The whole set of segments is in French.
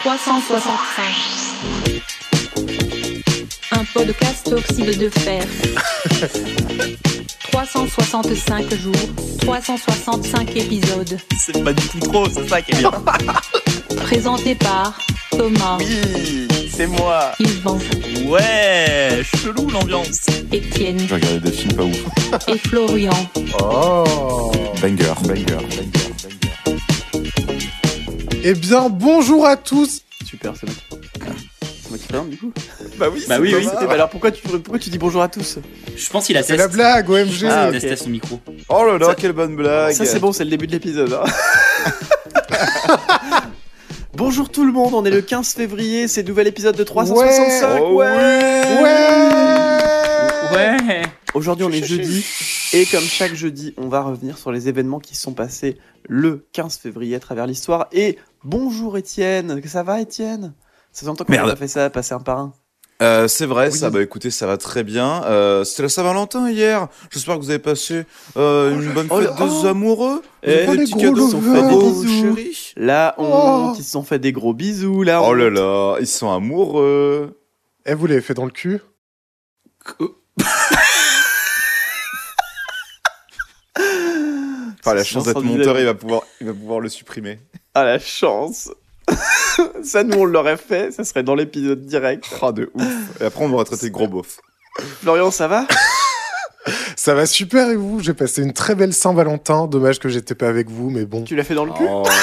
365. Un podcast oxyde de fer. 365 jours, 365 épisodes. C'est pas du tout trop, c'est ça qui est bien. Présenté par Thomas. Oui, c'est moi. Yvan. Ouais, chelou l'ambiance. Étienne. J'ai regardé des films pas ouf. Et Florian. Oh, banger. Eh bien, bonjour à tous. Super, c'est moi qui parle du coup. Bah oui, Bah oui, oui. Thomas. Et bah alors pourquoi tu dis bonjour à tous? Je pense qu'il a C'est la blague, OMG. Ah, ok. testé son micro. Oh là là, Ça- quelle bonne blague. Ça c'est bon, c'est le début de l'épisode. Hein. Bonjour tout le monde, on est le 15 février, c'est le nouvel épisode de 365. Oh Ouais. Ouais. Aujourd'hui on est jeudi et comme chaque jeudi, on va revenir sur les événements qui se sont passés le 15 février à travers l'histoire. Et bonjour Étienne, ça va Étienne? Ça fait longtemps qu'on Merde. a fait ça, passer un par un. C'est vrai, Oui. ça. Bah écoutez, ça va très bien. C'était la Saint-Valentin hier. J'espère que vous avez passé une bonne fête des amoureux. Eh, Vous avez les des petits gros cadeaux lovers. fait des Oh, bisous, chérie. La Oh. honte, ils se sont fait des gros bisous là. Oh là là, ils sont amoureux. Eh, vous l'avez fait dans le cul? Enfin, la chance d'être Silence monteur, individuel. il va pouvoir le supprimer. Ah la chance. Ça nous on l'aurait fait, ça serait dans l'épisode direct. Ah, de ouf. Et après, on m'aurait traité de gros beauf. Florian, ça va? Ça va super et vous? J'ai passé une très belle Saint-Valentin. Dommage que j'étais pas avec vous, mais bon. Tu l'as fait dans le cul? Oh.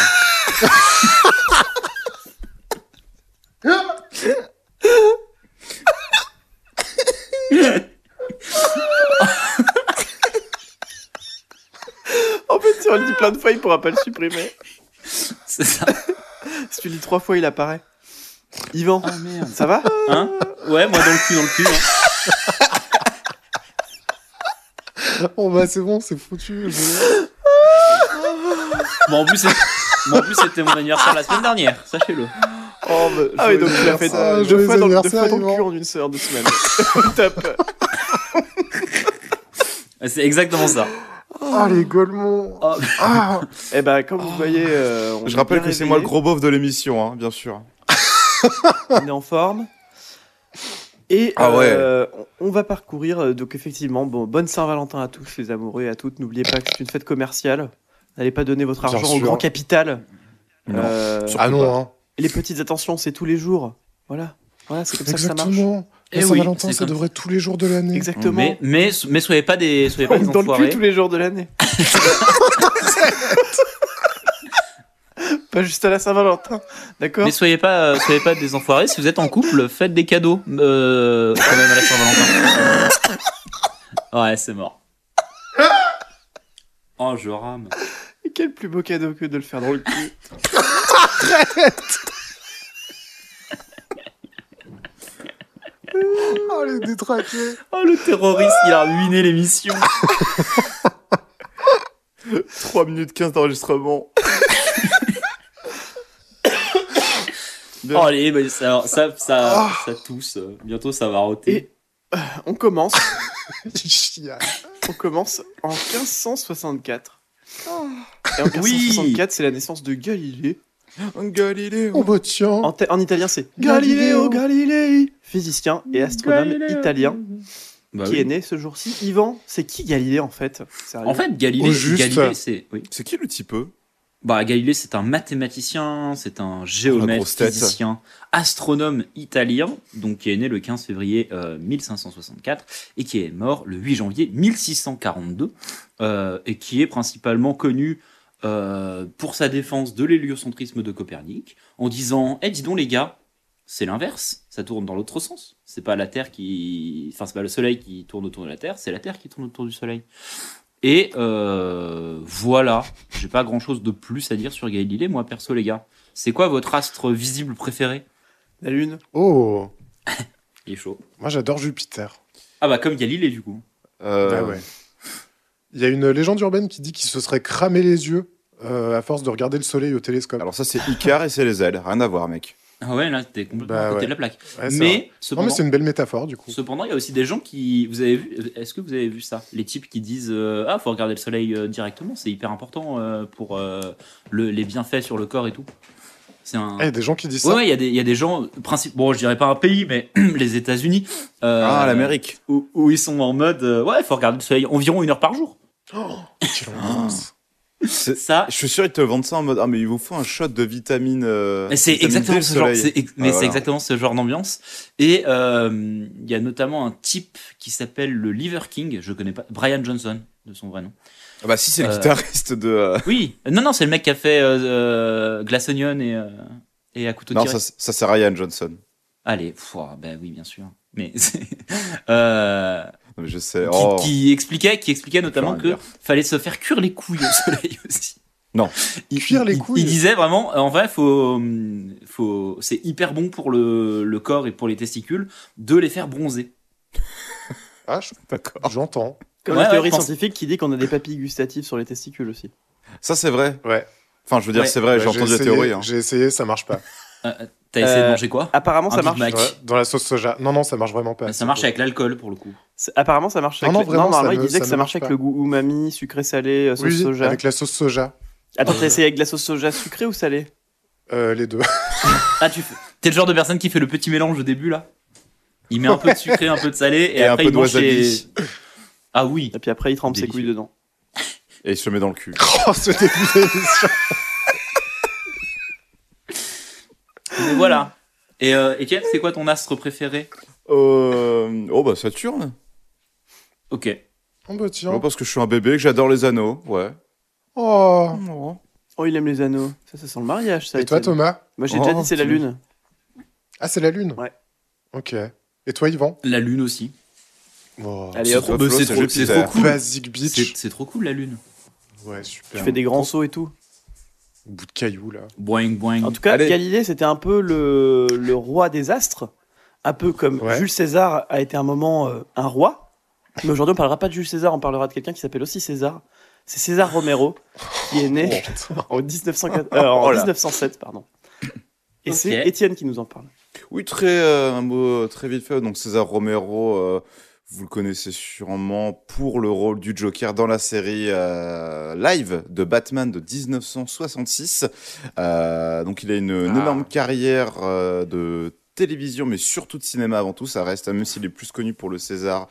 En fait, si on le dit plein de fois, il pourra pas le supprimer. C'est ça. Si tu le dis 3 fois, il apparaît. Yvan, Ah merde. ça va? Hein? Ouais, moi dans le cul. Hein. Oh bah c'est bon, c'est foutu. Bon, en plus, c'était mon anniversaire la semaine dernière, sachez-le. Oh, bah, Ah oui, donc tu l'as fait anniversaire, deux fois dans le anniversaire, cul Yvan. en une heure, 2 semaines. Top. C'est exactement ça. Ah, les golemons. Oh. Ah. Eh ben, comme vous voyez, on Je est rappelle bien que c'est moi le réveillés, gros beauf de l'émission, hein, bien sûr. on est en forme. Et Ah ouais. on va parcourir, donc effectivement, bon, bonne Saint-Valentin à tous les amoureux et à toutes. N'oubliez pas que c'est une fête commerciale. N'allez pas donner votre Bien argent au sûr. grand capital. Non. Euh, Ah non, hein. Et les petites attentions, c'est tous les jours. Voilà, c'est comme ça que ça marche. Exactement. Eh La oui, Saint-Valentin, c'est ça comme- devrait être tous les jours de l'année. Exactement. Mais soyez pas des Dans le cul enfoirés. tous les jours de l'année. Pas juste à la Saint-Valentin, d'accord? Mais soyez pas des enfoirés. Si vous êtes en couple, faites des cadeaux quand même à la Saint-Valentin. Ouais, c'est mort. Oh, je rame. Et quel plus beau cadeau que de le faire dans le cul. Oh, les détraqués. Oh, le terroriste, il a ruiné l'émission. 3 minutes 15 d'enregistrement. Oh, allez, bah, ça tousse. Bientôt, ça va rôter. Et on commence. Chial. On commence en 1564. Et en 1564, c'est la naissance de Galilée. Galilée. Oh bah tiens. En italien, c'est Galileo. Galileo Galilei, physicien et astronome Galileo. italien Bah qui oui. est né ce jour-ci. Yvan, c'est qui Galilée en fait? Sérieux. En fait, Galilée, Au juste. c'est... Oui. C'est qui le type Bah, Galilée, c'est un mathématicien, c'est un La géomètre, grosse tête. physicien, astronome italien, donc qui est né le 15 février 1564 et qui est mort le 8 janvier 1642 et qui est principalement connu pour sa défense de l'héliocentrisme de Copernic en disant dis donc les gars, c'est l'inverse, ça tourne dans l'autre sens. C'est pas la Terre qui... Enfin, c'est pas le Soleil qui tourne autour de la Terre, c'est la Terre qui tourne autour du Soleil. Et voilà, j'ai pas grand chose de plus à dire sur Galilée, moi perso les gars. C'est quoi votre astre visible préféré? La Lune. Oh. Il est chaud. Moi, j'adore Jupiter. Ah bah comme Galilée du coup. Ah ouais. Il y a une légende urbaine qui dit qu'il se serait cramé les yeux à force de regarder le soleil au télescope. Alors ça, c'est Icar et c'est les ailes. Rien à voir, mec. Ah ouais, là t'es complètement Bah à côté ouais. de la plaque. Ouais, c'est vrai. Mais Non, cependant, mais c'est une belle métaphore, du coup. cependant, il y a aussi des gens qui... Vous avez vu... Est-ce que vous avez vu ça? Les types qui disent faut regarder le soleil directement, c'est hyper important pour les bienfaits sur le corps et tout. C'est un. Il y a des gens qui disent Ouais, ça. ouais, il y a des gens, bon, je dirais pas un pays, mais les États-Unis, l'Amérique. où ils sont en mode, ouais, il faut regarder le soleil environ 1 heure par jour. Quelle angoisse. Ça, Je suis sûr ils te vendent ça en mode mais il vous faut un shot de vitamine. mais c'est vitamine D, exactement le ce genre, soleil. c'est Voilà. exactement ce genre d'ambiance. Et il y a notamment un type qui s'appelle le Liver King, je connais pas, Brian Johnson de son vrai nom. Ah bah si c'est le Euh, guitariste de. Oui, non, c'est le mec qui a fait Glass Onion et à couteau Non tiré. ça c'est Ryan Johnson. Allez, ben oui, bien sûr. Mais Non, mais je sais. qui expliquait notamment rien que dire. fallait se faire cuire les couilles au soleil aussi. Non. Cuire les couilles. Il disait vraiment, en vrai, c'est hyper bon pour le corps et pour les testicules de les faire bronzer. Ah, D'accord. j'entends. Comme Ouais, la théorie je pense- scientifique qui dit qu'on a des papilles gustatives sur les testicules aussi. Ça c'est vrai. Ouais. Enfin je veux dire Ouais. c'est vrai. Ouais, J'ai entendu la essayé, théorie. Hein. J'ai essayé, ça marche pas. T'as essayé de manger quoi? Apparemment, Un ça Big marche. Mac. Ouais, dans la sauce soja. Non, ça marche vraiment pas. Ça marche avec l'alcool pour le coup. Apparemment, ça marche avec. Non, vraiment, normalement, ça il ne- disait que ça ça ne marche marche avec pas. le goût umami, sucré-salé, sauce Oui, soja. avec la sauce soja. Attends, t'as essayé avec de la sauce soja sucrée ou salée? Les deux. Ah, t'es le genre de personne qui fait le petit mélange au début là? Il met un peu de sucré, un peu de salé et Et un après peu il de mange wasabi. Ah oui. Et puis après, il trempe ses Délicieux. couilles dedans. Et il se le met dans le cul. Oh, ce début d'émission. Mais voilà. Et Étienne, c'est quoi ton astre préféré? Oh bah Saturne. Ok. Oh, bah tiens. Ouais, parce que je suis un bébé, que j'adore les anneaux. Ouais. Oh. Oh, il aime les anneaux. Ça sent le mariage, ça. Et toi, Étienne. Thomas? Moi, j'ai déjà Oh, dit c'est la tu- lune. Ah, c'est la lune? Ouais. Ok. Et toi, Yvan? La lune aussi. Oh, Allez, c'est hop, trop- Bah, c'est c'est trop Jupiter. cool. Basic Beach. C'est trop cool la lune. Ouais, super. tu fais des grands sauts et tout. Bout de cailloux, là. Boing boing. En tout cas, Allez. Galilée, c'était un peu le roi des astres. Un peu comme Ouais. Jules César a été un moment un roi. Mais aujourd'hui, on parlera pas de Jules César, on parlera de quelqu'un qui s'appelle aussi César. C'est César Romero, qui est né en 1907, pardon. Et Ok. c'est Étienne qui nous en parle. Oui, un mot très vite fait. Donc César Romero, vous le connaissez sûrement pour le rôle du Joker dans la série live de Batman de 1966. Donc il a une énorme carrière de télévision, mais surtout de cinéma avant tout. Ça reste, même s'il est plus connu pour le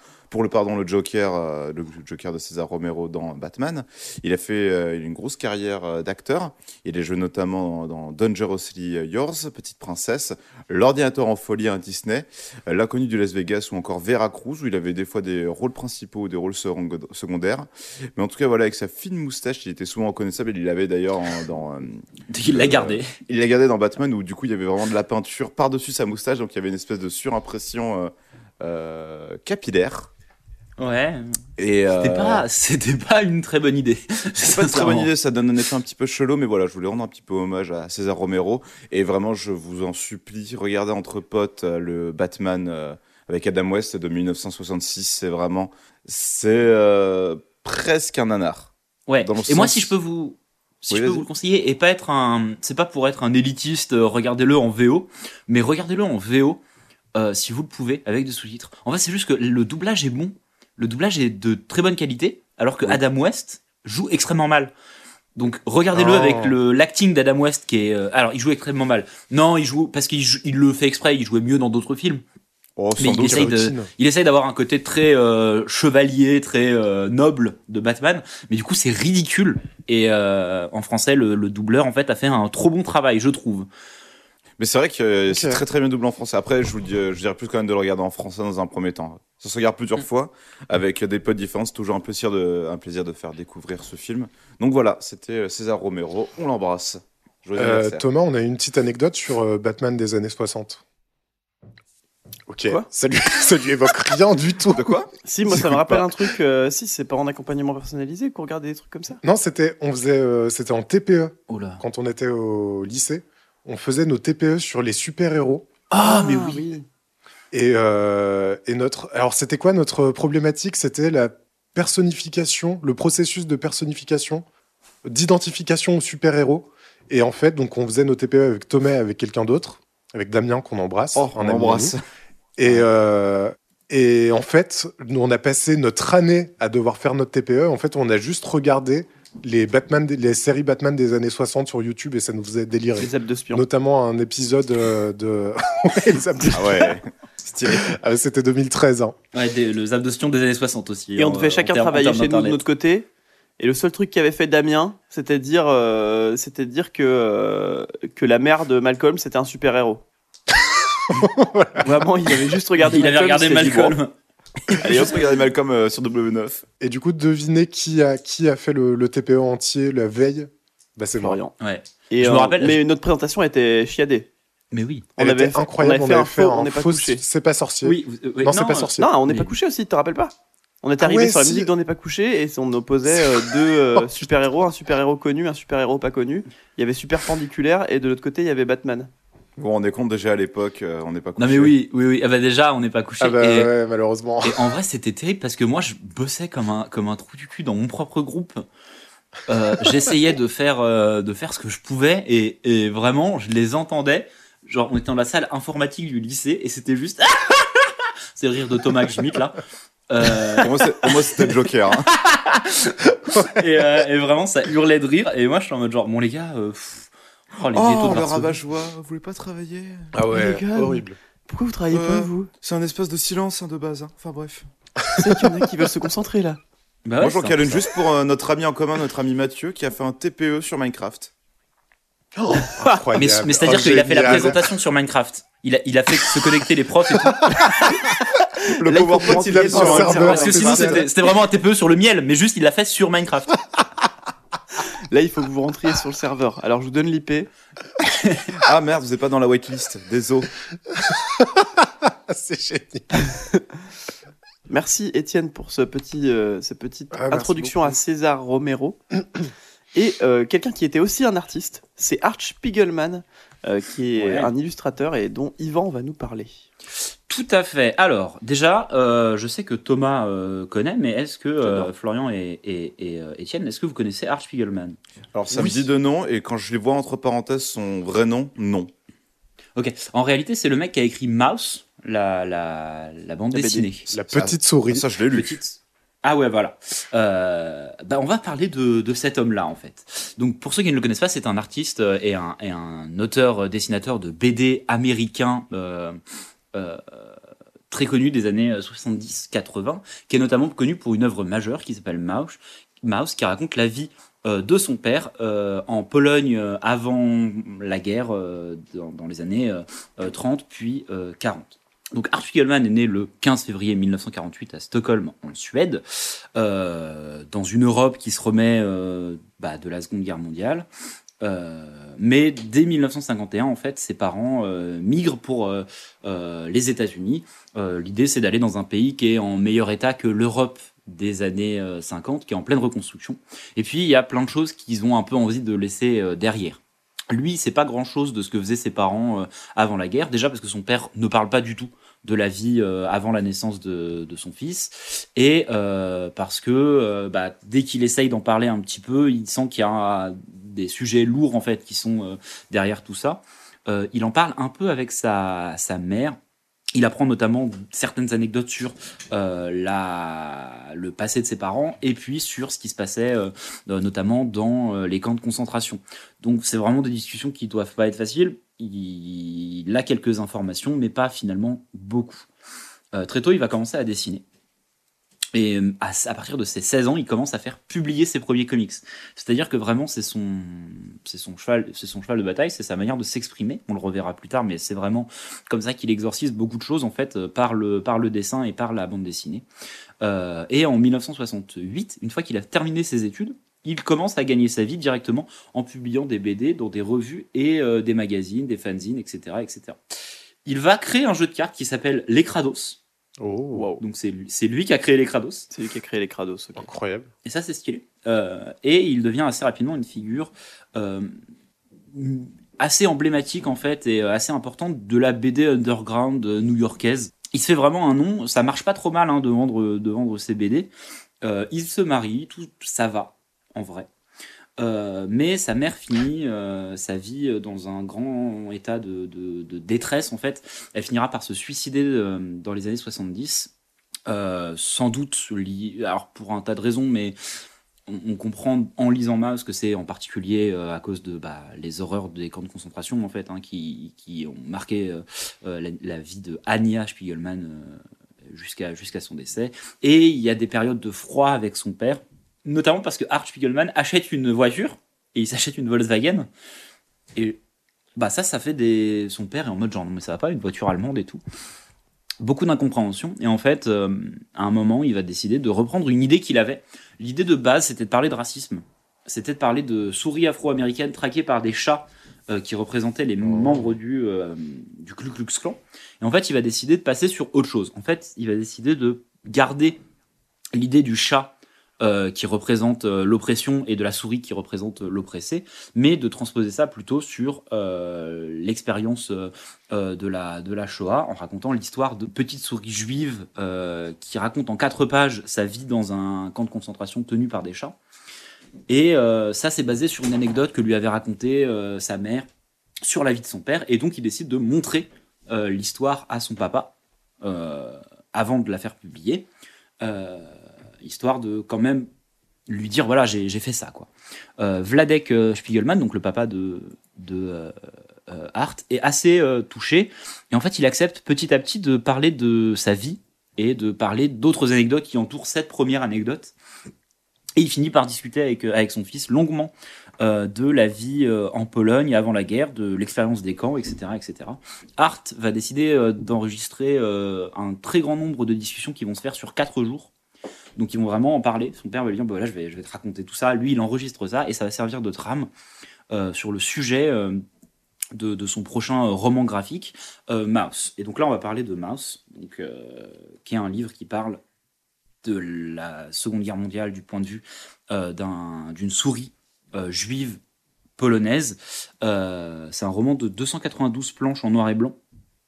Joker, le Joker de César Romero dans Batman. Il a fait une grosse carrière d'acteur. Il a joué notamment dans Dangerously Yours, Petite Princesse, L'Ordinateur en folie, un Disney, L'inconnu du Las Vegas ou encore Veracruz, où il avait des fois des rôles principaux ou des rôles secondaires. Mais en tout cas, voilà, avec sa fine moustache, il était souvent reconnaissable. Il l'avait d'ailleurs Il l'a gardé. il l'a gardé dans Batman, où du coup, il y avait vraiment de la peinture par-dessus sa moustache, donc il y avait une espèce de surimpression capillaire. Ouais. Et C'était pas une très bonne idée. c'est pas une très bonne idée, ça donne un effet un petit peu chelou, mais voilà, je voulais rendre un petit peu hommage à César Romero. Et vraiment, je vous en supplie, regardez entre potes le Batman avec Adam West de 1966. C'est presque un nanar. Ouais. Dans le Et moi, sens- si je peux vous Oui, vas-y. le conseiller et pas être c'est pas pour être un élitiste, regardez-le en VO, mais regardez-le en VO si vous le pouvez avec des sous-titres. En fait, c'est juste que le doublage est bon. Le doublage est de très bonne qualité, alors que Oui. Adam West joue extrêmement mal. Donc regardez-le Oh. avec l'acting d'Adam West qui est alors il joue extrêmement mal. Non, il joue parce il le fait exprès, il jouait mieux dans d'autres films. Oh, Mais sans doute. il essaye d'avoir un côté très chevalier, très noble de Batman, mais du coup c'est ridicule. Et en français, le doubleur en fait a fait un trop bon travail, je trouve. Mais c'est vrai que c'est Ok. très très bien doublé en français. Après, je dirais plus quand même de le regarder en français dans un premier temps. Ça se regarde plusieurs fois, avec des potes différents. C'est toujours un plaisir de faire découvrir ce film. Donc voilà, c'était César Romero. On l'embrasse. Joyeux anniversaire. Thomas, on a une petite anecdote sur Batman des années 60. Ok, Quoi ça lui évoque rien du tout. De quoi? Si, moi, ça me J'écoute rappelle pas. un truc. Si, c'est pas en accompagnement personnalisé qu'on regardait des trucs comme ça. Non, c'était en TPE Oh là. quand on était au lycée. On faisait nos TPE sur les super-héros. Ah mais oui. Et alors, c'était quoi notre problématique? C'était la personnification, le processus de personnification, d'identification aux super-héros. Et en fait, donc, on faisait nos TPE avec Thomas et avec quelqu'un d'autre, avec Damien qu'on embrasse. Oh, un on ami à l'embrasse. nous. Et en fait, nous, on a passé notre année à devoir faire notre TPE. En fait, on a juste regardé les séries Batman des années 60 sur YouTube et ça nous faisait délirer. Les apps de spion. Notamment un épisode de. Ouais, les apps de- Ah ouais, stylé. Ah, c'était 2013. Hein. Ouais, le zap de Sion des années 60 aussi. Et on devait chacun travailler chez nous de d'Internet. notre côté. Et le seul truc qu'avait fait Damien, c'était dire que la mère de Malcolm, c'était un super-héros. Vraiment, il avait juste regardé Il avait regardé il s'est dit, bon, Malcolm. Allez, hop, regardez Malcolm sur W9. Et du coup, devinez qui a fait le TPE entier la veille. Bah, c'est moi. Florian. Ouais. Et, Je me rappelle- Mais notre présentation était chiadée. Mais oui. On Elle avait était fait- incroyable. on On avait avait fait fait un faux, un on n'est pas faux. couché. C'est pas sorcier. Oui. Non, c'est pas sorcier. Non, on n'est Mais- pas couché aussi, tu te rappelles pas? On était Ah arrivé ouais, sur la si. musique d'On n'est pas couché et on opposait deux super-héros, un super-héros connu, un super-héros pas connu. Il y avait Super Pendiculaire et de l'autre côté, il y avait Batman. Vous vous rendez compte déjà à l'époque, on n'est pas couché. Non mais oui. Ah bah déjà, on n'est pas couché. Ah bah et, ouais, malheureusement. et en vrai, c'était terrible parce que moi, je bossais comme un trou du cul dans mon propre groupe. J'essayais de faire ce que je pouvais et vraiment, je les entendais. Genre, on était dans la salle informatique du lycée et c'était juste. C'est le rire de Thomas que j'imite là. Pour moi, c'était Joker. Hein. Et vraiment, ça hurlait de rire. Et moi, je suis en mode genre, bon les gars, les ghettos de le Varsovie. rabat-joie, vous voulez pas travailler? Ah ouais, les gars. horrible. Pourquoi vous travaillez pas, vous? C'est un espace de silence de base. Enfin bref. C'est qu'il y en a qui veulent se concentrer là. Bah ouais, Moi, j'en c'est un câline peu ça. juste pour notre ami en commun, notre ami Mathieu, qui a fait un TPE sur Minecraft. Incroyable. Mais c'est-à-dire Oh, qu'il a fait la génial. présentation sur Minecraft. Il a fait se connecter les profs et tout. Le Là, il faut PowerPoint, prendre il a les mis sur un serveurs. serveur. Parce que sinon, c'était vraiment un TPE sur le miel, mais juste il l'a fait sur Minecraft. Là, il faut que vous rentriez sur le serveur. Alors, je vous donne l'IP. Ah merde, vous n'êtes pas dans la whitelist. Désolé. C'est génial. Merci Étienne pour cette petite Ah, merci introduction à beaucoup. César Romero. Et quelqu'un qui était aussi un artiste, c'est Art Spiegelman, qui est Ouais. un illustrateur et dont Yvan va nous parler. Tout à fait. Alors, déjà, je sais que Thomas connaît, mais est-ce que J'adore. Florian et Étienne, est-ce que vous connaissez Art Spiegelman? Alors ça Oui. me dit de nom, et quand je les vois entre parenthèses son vrai nom, non. Ok. En réalité, c'est le mec qui a écrit Mouse, la bande La BD. dessinée. La petite souris. Ça, je l'ai lu. Petite. Ah ouais, voilà. On va parler de cet homme-là, en fait. Donc, pour ceux qui ne le connaissent pas, c'est un artiste et un auteur-dessinateur de BD américain très connu des années 70-80, qui est notamment connu pour une œuvre majeure qui s'appelle Mouse, qui raconte la vie de son père en Pologne avant la guerre dans les années 30 puis 40. Donc Art Spiegelman est né le 15 février 1948 à Stockholm en Suède, dans une Europe qui se remet de la Seconde Guerre mondiale. Mais dès 1951, en fait, ses parents migrent pour les États-Unis. L'idée, c'est d'aller dans un pays qui est en meilleur état que l'Europe des années 50, qui est en pleine reconstruction. Et puis, il y a plein de choses qu'ils ont un peu envie de laisser derrière. Lui, c'est pas grand-chose de ce que faisaient ses parents avant la guerre. Déjà parce que son père ne parle pas du tout de la vie avant la naissance de son fils. Et parce que dès qu'il essaye d'en parler un petit peu, il sent qu'il y a des sujets lourds en fait qui sont derrière tout ça. Il en parle un peu avec sa mère. Il apprend notamment certaines anecdotes sur le passé de ses parents et puis sur ce qui se passait notamment dans les camps de concentration. Donc c'est vraiment des discussions qui doivent pas être faciles. Il a quelques informations, mais pas finalement beaucoup. Très tôt, il va commencer à dessiner. Et à partir de ses 16 ans, il commence à faire publier ses premiers comics. C'est-à-dire que vraiment, c'est son cheval de bataille, c'est sa manière de s'exprimer. On le reverra plus tard, mais c'est vraiment comme ça qu'il exorcise beaucoup de choses en fait par le dessin et par la bande dessinée. Et en 1968, une fois qu'il a terminé ses études, il commence à gagner sa vie directement en publiant des BD dans des revues et des magazines, des fanzines, etc., etc. Il va créer un jeu de cartes qui s'appelle Les Krados. Oh, Wow. Donc c'est lui qui a créé les Krados. C'est lui qui a créé les Krados. Ok. incroyable. Et ça, c'est stylé. Et il devient assez rapidement une figure assez emblématique, en fait, et assez importante de la BD underground new-yorkaise. Il se fait vraiment un nom. Ça marche pas trop mal de vendre ses BD. Il se marie, tout ça va, en vrai. Mais sa mère finit sa vie dans un grand état de détresse, en fait. Elle finira par se suicider dans les années 70. Sans doute lié, alors pour un tas de raisons, mais on comprend en lisant Maus que c'est en particulier à cause de les horreurs des camps de concentration en fait, hein, qui ont marqué la vie de Anja Spiegelman jusqu'à son décès. Et il y a des périodes de froid avec son père, notamment parce que Art Spiegelman achète une voiture et il s'achète une Volkswagen. Et ça fait son père est en mode genre non mais ça va pas, une voiture allemande et tout. Beaucoup d'incompréhension, et en fait, à un moment, il va décider de reprendre une idée qu'il avait. L'idée de base, c'était de parler de racisme. C'était de parler de souris afro-américaines traquées par des chats qui représentaient les membres du Ku Klux Klan. Et en fait, il va décider de passer sur autre chose. En fait, il va décider de garder l'idée du chat qui représente l'oppression et de la souris qui représente l'oppressé, mais de transposer ça plutôt sur l'expérience de la Shoah, en racontant l'histoire de petites souris juives qui racontent en 4 pages sa vie dans un camp de concentration tenu par des chats. Et ça, c'est basé sur une anecdote que lui avait racontée sa mère sur la vie de son père, et donc il décide de montrer l'histoire à son papa avant de la faire publier. Histoire de quand même lui dire voilà j'ai fait ça quoi. Vladek Spiegelman, donc le papa de Art, est assez touché, et en fait il accepte petit à petit de parler de sa vie et de parler d'autres anecdotes qui entourent cette première anecdote, et il finit par discuter avec son fils longuement de la vie en Pologne avant la guerre, de l'expérience des camps, etc. Art va décider d'enregistrer un très grand nombre de discussions qui vont se faire sur 4 jours. Donc ils vont vraiment en parler. Son père va lui dire je vais te raconter tout ça. Lui, il enregistre ça et ça va servir de trame sur le sujet de son prochain roman graphique, Maus. Et donc là, on va parler de Maus, qui est un livre qui parle de la Seconde Guerre mondiale du point de vue d'une souris juive polonaise. C'est un roman de 292 planches en noir et blanc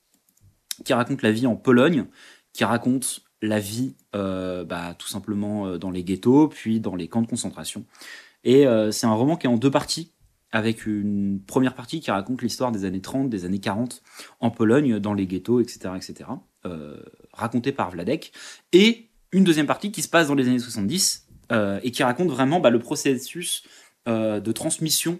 qui raconte la vie en Pologne, qui raconte la vie tout simplement dans les ghettos, puis dans les camps de concentration. Et c'est un roman qui est en 2 parties, avec une première partie qui raconte l'histoire des années 30, des années 40 en Pologne, dans les ghettos, etc., racontée par Vladek, et une deuxième partie qui se passe dans les années 70 et qui raconte vraiment le processus de transmission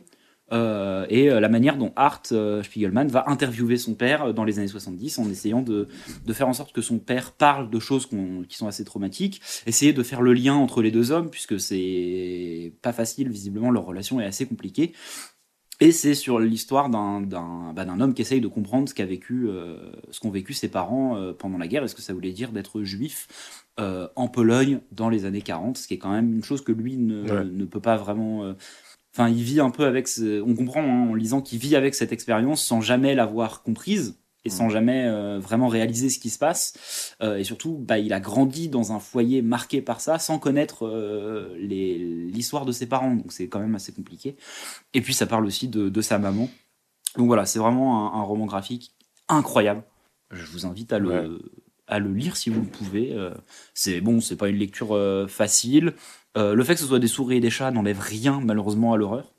et la manière dont Art Spiegelman va interviewer son père dans les années 70 en essayant de faire en sorte que son père parle de choses qui sont assez traumatiques, essayer de faire le lien entre les 2 hommes, puisque c'est pas facile, visiblement leur relation est assez compliquée, et c'est sur l'histoire d'un homme qui essaye de comprendre ce qu'ont vécu ses parents pendant la guerre, et ce que ça voulait dire d'être juif en Pologne dans les années 40, ce qui est quand même une chose que lui ne peut pas vraiment... Enfin, il vit un peu avec... On comprend en lisant qu'il vit avec cette expérience sans jamais l'avoir comprise et sans jamais vraiment réaliser ce qui se passe. Et surtout, il a grandi dans un foyer marqué par ça sans connaître l'histoire de ses parents. Donc c'est quand même assez compliqué. Et puis ça parle aussi de sa maman. Donc voilà, c'est vraiment un roman graphique incroyable. Je vous invite à le lire si vous le pouvez. C'est pas une lecture facile. Le fait que ce soit des souris et des chats n'enlève rien malheureusement à l'horreur.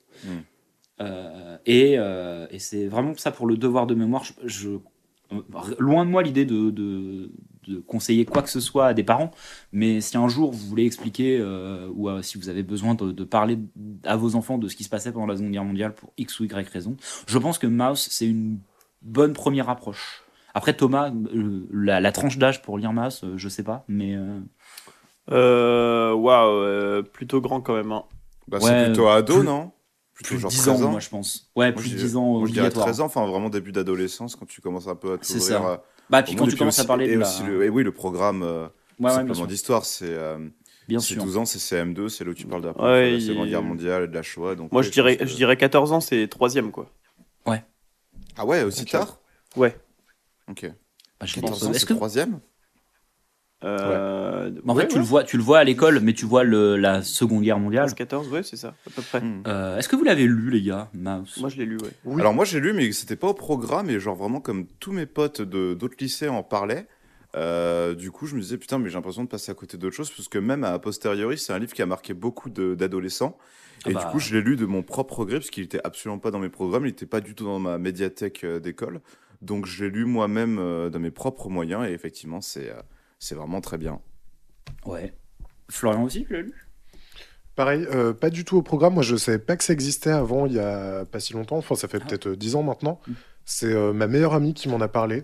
Et c'est vraiment ça pour le devoir de mémoire. Loin de moi l'idée de conseiller quoi que ce soit à des parents, mais si un jour vous voulez expliquer ou si vous avez besoin de parler à vos enfants de ce qui se passait pendant la Seconde Guerre mondiale pour X ou Y raison, je pense que Maus c'est une bonne première approche. Après Thomas, la tranche d'âge pour lire Maus, je sais pas, mais plutôt grand quand même, hein. C'est plutôt ado, non? Plus de genre 10 13 ans, moi je pense. Ouais, plus de 10 ans. Moi je dirais obligatoire. 13 ans, enfin vraiment début d'adolescence, quand tu commences un peu à C'est t'ouvrir. ça. Puis quand tu commences à parler de le programme simplement d'histoire, c'est bien c'est sûr. 12 ans, c'est CM2, c'est là où tu parles de la Seconde Guerre mondiale et de la Shoah. Donc, Moi je dirais 14 ans, c'est 3e quoi. Ah ouais, aussi tard? Ouais. Ok. 14 ans, Est-ce c'est que 3e? En fait, tu le vois à l'école, mais tu vois la Seconde Guerre mondiale. 14, ouais, c'est ça, à peu près. Est-ce que vous l'avez lu, les gars, Maus? Moi, je l'ai lu, ouais. Oui. Alors moi j'ai lu, mais c'était pas au programme, et genre vraiment comme tous mes potes d'autres lycées en parlaient. Du coup, je me disais putain, mais j'ai l'impression de passer à côté d'autres choses, parce que même a posteriori, c'est un livre qui a marqué beaucoup d'adolescents. Et du coup, je l'ai lu de mon propre gré, parce qu'il était absolument pas dans mes programmes, il était pas du tout dans ma médiathèque d'école. Donc je l'ai lu moi-même de mes propres moyens, et effectivement, c'est vraiment très bien. Ouais. Florian aussi, tu l'as lu? Pareil, pas du tout au programme. Moi, je savais pas que ça existait avant, il y a pas si longtemps. Enfin, ça fait peut-être 10 ans maintenant. Mm. C'est ma meilleure amie qui m'en a parlé.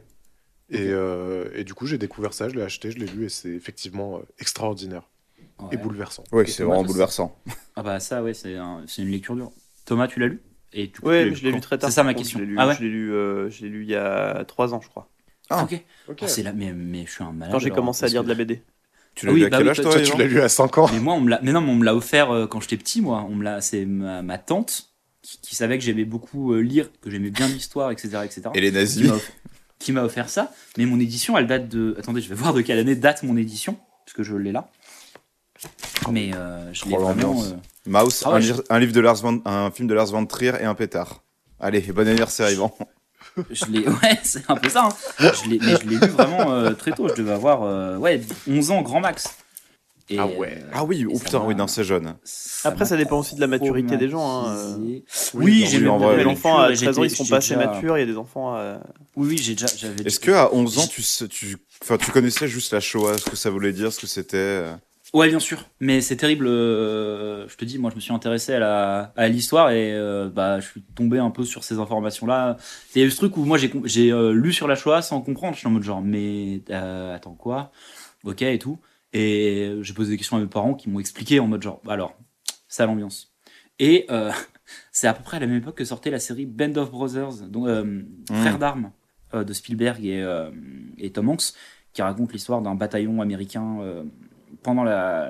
Et du coup, j'ai découvert ça, je l'ai acheté, je l'ai lu, et c'est effectivement extraordinaire Ouais. et bouleversant. Oui, Et c'est Thomas, vraiment toi, bouleversant. Ah bah ça, ouais, c'est une lecture dure. Thomas, tu l'as lu? Et du coup, Ouais, tu mais je l'ai lu quand très tard. C'est ça par ma contre. question. Je l'ai lu, Ah ouais? je l'ai lu il y a 3 ans, je crois. Ah. Ok. Ok. Ah, c'est là, mais je suis un malade. Quand j'ai alors, commencé à parce lire que- de la BD. Tu l'as Ah oui, lu à bah quel oui, âge, toi, toi, Toi, tu Yvan l'as lu à 5 ans. Mais moi, mais non, mais on me l'a offert quand j'étais petit, moi. C'est ma tante qui savait que j'aimais beaucoup lire, que j'aimais bien l'histoire, etc., etc. Et les qui nazis. qui m'a offert ça. Mais mon édition, elle date de. Attendez, je vais voir de quelle année date mon édition, parce que je l'ai là. Mais je l'ai Trop vraiment. l'ambiance. Mouse, Ah ouais, un livre de un film de Lars von Trier et un pétard. Allez, bon anniversaire, Yvan. Je l'ai, ouais, c'est un peu ça. Hein. Mais je l'ai lu vraiment très tôt. Je devais avoir 11 ans grand max. Et, Ah ouais. Ah oui, et oh ça putain, m'a- oui, non, c'est jeune. Après, ça dépend aussi de la maturité des gens. traumatisé. Oui, Oui, non, j'ai oui, même en de vrai, la Les oui. enfants à lecture, 13 ans, ils j'étais- sont j'ai pas assez déjà- matures. Il y a des enfants. Oui, j'avais. Est-ce que à 11 ans, j'ai- tu connaissais juste la Shoah, ce que ça voulait dire, ce que c'était Ouais, bien sûr. Mais c'est terrible. Je te dis, moi, je me suis intéressé à l'histoire et bah, je suis tombé un peu sur ces informations-là. Il y a eu ce truc où moi, j'ai lu sur la Shoah sans comprendre. Je suis en mode genre, mais attends quoi? Ok et tout. Et j'ai posé des questions à mes parents qui m'ont expliqué en mode genre, alors, ça l'ambiance. Et c'est à peu près à la même époque que sortait la série Band of Brothers, donc Frères d'armes de Spielberg et Tom Hanks, qui raconte l'histoire d'un bataillon américain pendant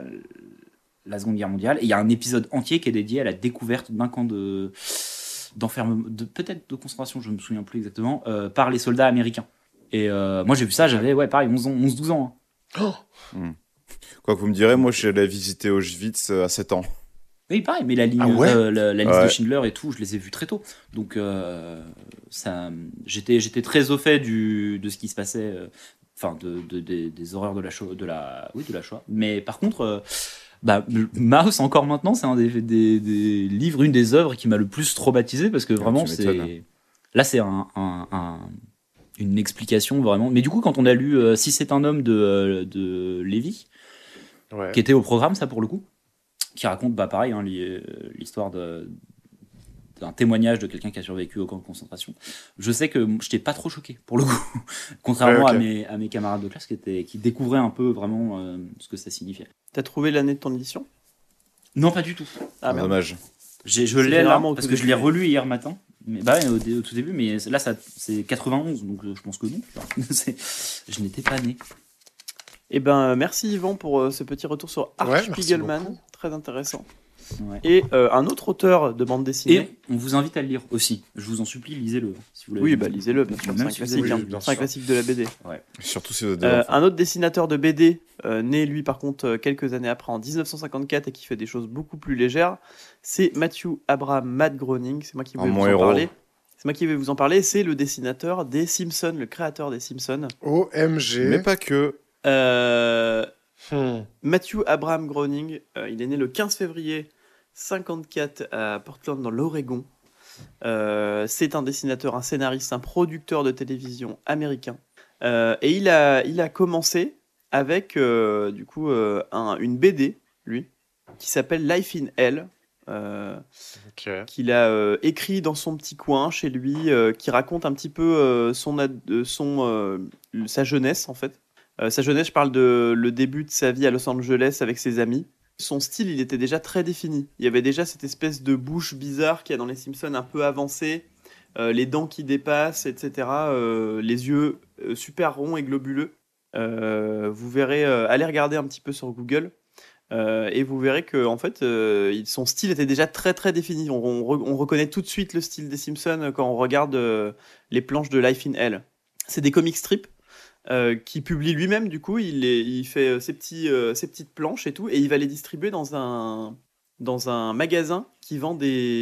la Seconde Guerre mondiale. Et il y a un épisode entier qui est dédié à la découverte d'un camp d'enfermement, peut-être de concentration, je ne me souviens plus exactement, par les soldats américains. Et moi j'ai vu ça, j'avais pareil 11-12 ans. Hein. Quoi que vous me direz, moi, je l'ai visité Auschwitz à 7 ans. Oui, pareil, mais la ligne, Ah ouais la liste Ouais. de Schindler et tout, je les ai vus très tôt. Donc, j'étais très au fait de ce qui se passait, enfin, des horreurs de la Shoah, de la Shoah. Mais par contre, Mouse, encore maintenant, c'est un des livres, une des œuvres qui m'a le plus traumatisé parce que vraiment, tu m'étonnes. là, c'est une explication vraiment. Mais du coup, quand on a lu Si c'est un homme de Lévy, Ouais. qui était au programme, ça pour le coup, qui raconte, pareil, hein, l'histoire d'un témoignage de quelqu'un qui a survécu au camp de concentration. Je sais que je n'étais pas trop choqué, pour le coup, contrairement Ouais, ok. à mes camarades de classe qui découvraient un peu vraiment ce que ça signifiait. T'as trouvé l'année de ton édition? Non, pas du tout. Ah merde. Dommage. Je C'est l'ai là, généralement au parce tout que je l'ai début. relu hier matin. Mais, au tout début, mais là, c'est 91, donc je pense que non. Je n'étais pas né. Eh ben, merci Yvan pour ce petit retour sur Art Ouais, merci Spiegelman, beaucoup. très intéressant. Ouais. Et un autre auteur de bande dessinée. Et on vous invite à le lire aussi. Je vous en supplie, lisez-le. Si vous l'avez Oui, lu. bah lisez-le, bien sûr, c'est Même un si vous classique, avez hein. lu, bien C'est un sûr. classique de la BD. Surtout si vous êtes des enfants. Un autre dessinateur de BD, né lui par contre quelques années après en 1954 et qui fait des choses beaucoup plus légères, c'est Matthew Abraham Matt Groening. C'est moi qui vais mon vous en héros. parler. C'est moi qui vais vous en parler. C'est le dessinateur des Simpsons, le créateur des Simpsons. OMG. Mais pas que. Matthew Abraham Groening, il est né le 15 février 54 à Portland dans l'Oregon. C'est un dessinateur, un scénariste, un producteur de télévision américain. Et il a commencé avec du coup une BD, lui, qui s'appelle Life in Hell. Ok. Qu'il a écrit dans son petit coin chez lui, qui raconte un petit peu sa jeunesse en fait. Sa jeunesse, je parle de le début de sa vie à Los Angeles avec ses amis. Son style, il était déjà très défini. Il y avait déjà cette espèce de bouche bizarre qu'il y a dans les Simpsons, un peu avancée, les dents qui dépassent, etc. Les yeux super ronds et globuleux. Vous verrez, allez regarder un petit peu sur Google. Et vous verrez que en fait, son style était déjà très très défini. On reconnaît tout de suite le style des Simpsons quand on regarde les planches de Life in Hell. C'est des comic strips qu'il publie lui-même. Du coup, il fait ses petites planches et tout, et il va les distribuer dans un magasin qui vend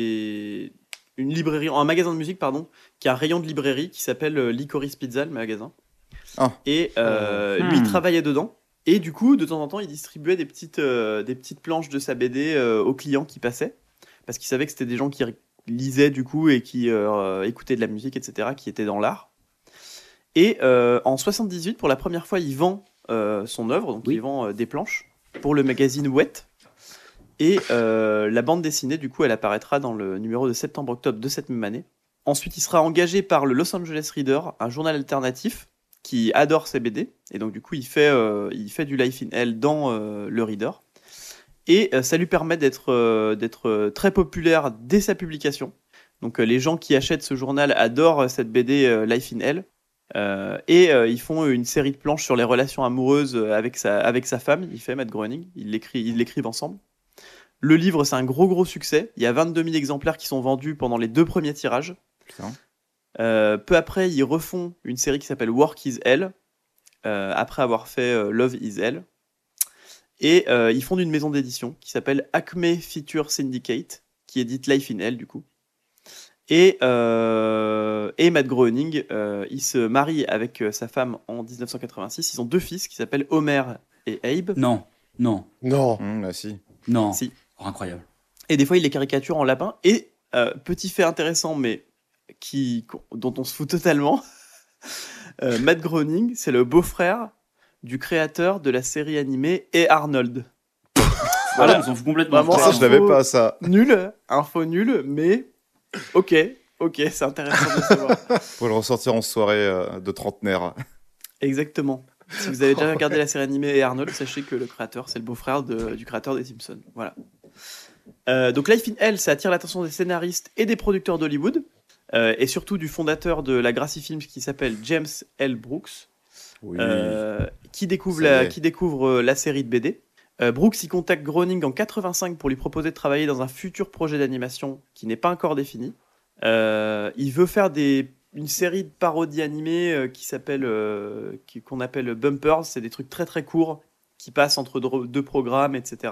un magasin de musique pardon, qui a un rayon de librairie qui s'appelle Licorice Pizza, le magasin. Ah. Et lui, il travaillait dedans. Et du coup, de temps en temps, il distribuait des petites planches de sa BD aux clients qui passaient, parce qu'il savait que c'était des gens qui lisaient du coup et qui écoutaient de la musique, etc., qui étaient dans l'art. Et en 78, pour la première fois, il vend son œuvre, donc Oui. il vend des planches pour le magazine Wet. Et la bande dessinée, du coup, elle apparaîtra dans le numéro de septembre-octobre de cette même année. Ensuite, il sera engagé par le Los Angeles Reader, un journal alternatif qui adore ses BD. Et donc, du coup, il fait du Life in Hell dans le Reader. Et ça lui permet d'être très populaire dès sa publication. Donc, les gens qui achètent ce journal adorent cette BD Life in Hell. Ils font une série de planches sur les relations amoureuses avec sa femme. Il fait Matt Groening. Ils l'écrivent ensemble. Le livre, c'est un gros succès. Il y a 22 000 exemplaires qui sont vendus pendant les 2 premiers tirages. Putain. Peu après, ils refont une série qui s'appelle Work is Hell, après avoir fait Love is Hell. Et ils fondent une maison d'édition qui s'appelle Acme Feature Syndicate, qui édite Life in Hell, du coup. Et Matt Groening, il se marie avec sa femme en 1986. Ils ont 2 fils qui s'appellent Homer et Abe. Non. Non. Bah si. Non. Si. Oh, incroyable. Et des fois, il les caricature en lapin. Et petit fait intéressant, mais dont on se fout totalement, Matt Groening, c'est le beau-frère du créateur de la série animée Et Arnold. Voilà, on s'en fout complètement. Vraiment, Ça, je l'avais pas, ça. Info nulle, mais ok, c'est intéressant de savoir. Pour le ressortir en soirée de trentenaire. Exactement. Si vous avez déjà regardé la série animée Et Arnold, sachez que le créateur, c'est le beau-frère du créateur des Simpsons. Voilà. Donc Life in Hell, ça attire l'attention des scénaristes et des producteurs d'Hollywood, et surtout du fondateur de la Gracie Films qui s'appelle James L. Brooks, Oui. qui découvre Ça y est. la série de BD. Brooks y contacte Groening en 85 pour lui proposer de travailler dans un futur projet d'animation qui n'est pas encore défini. Il veut faire une série de parodies animées qu'on appelle Bumpers. C'est des trucs très très courts qui passent entre 2 programmes, etc.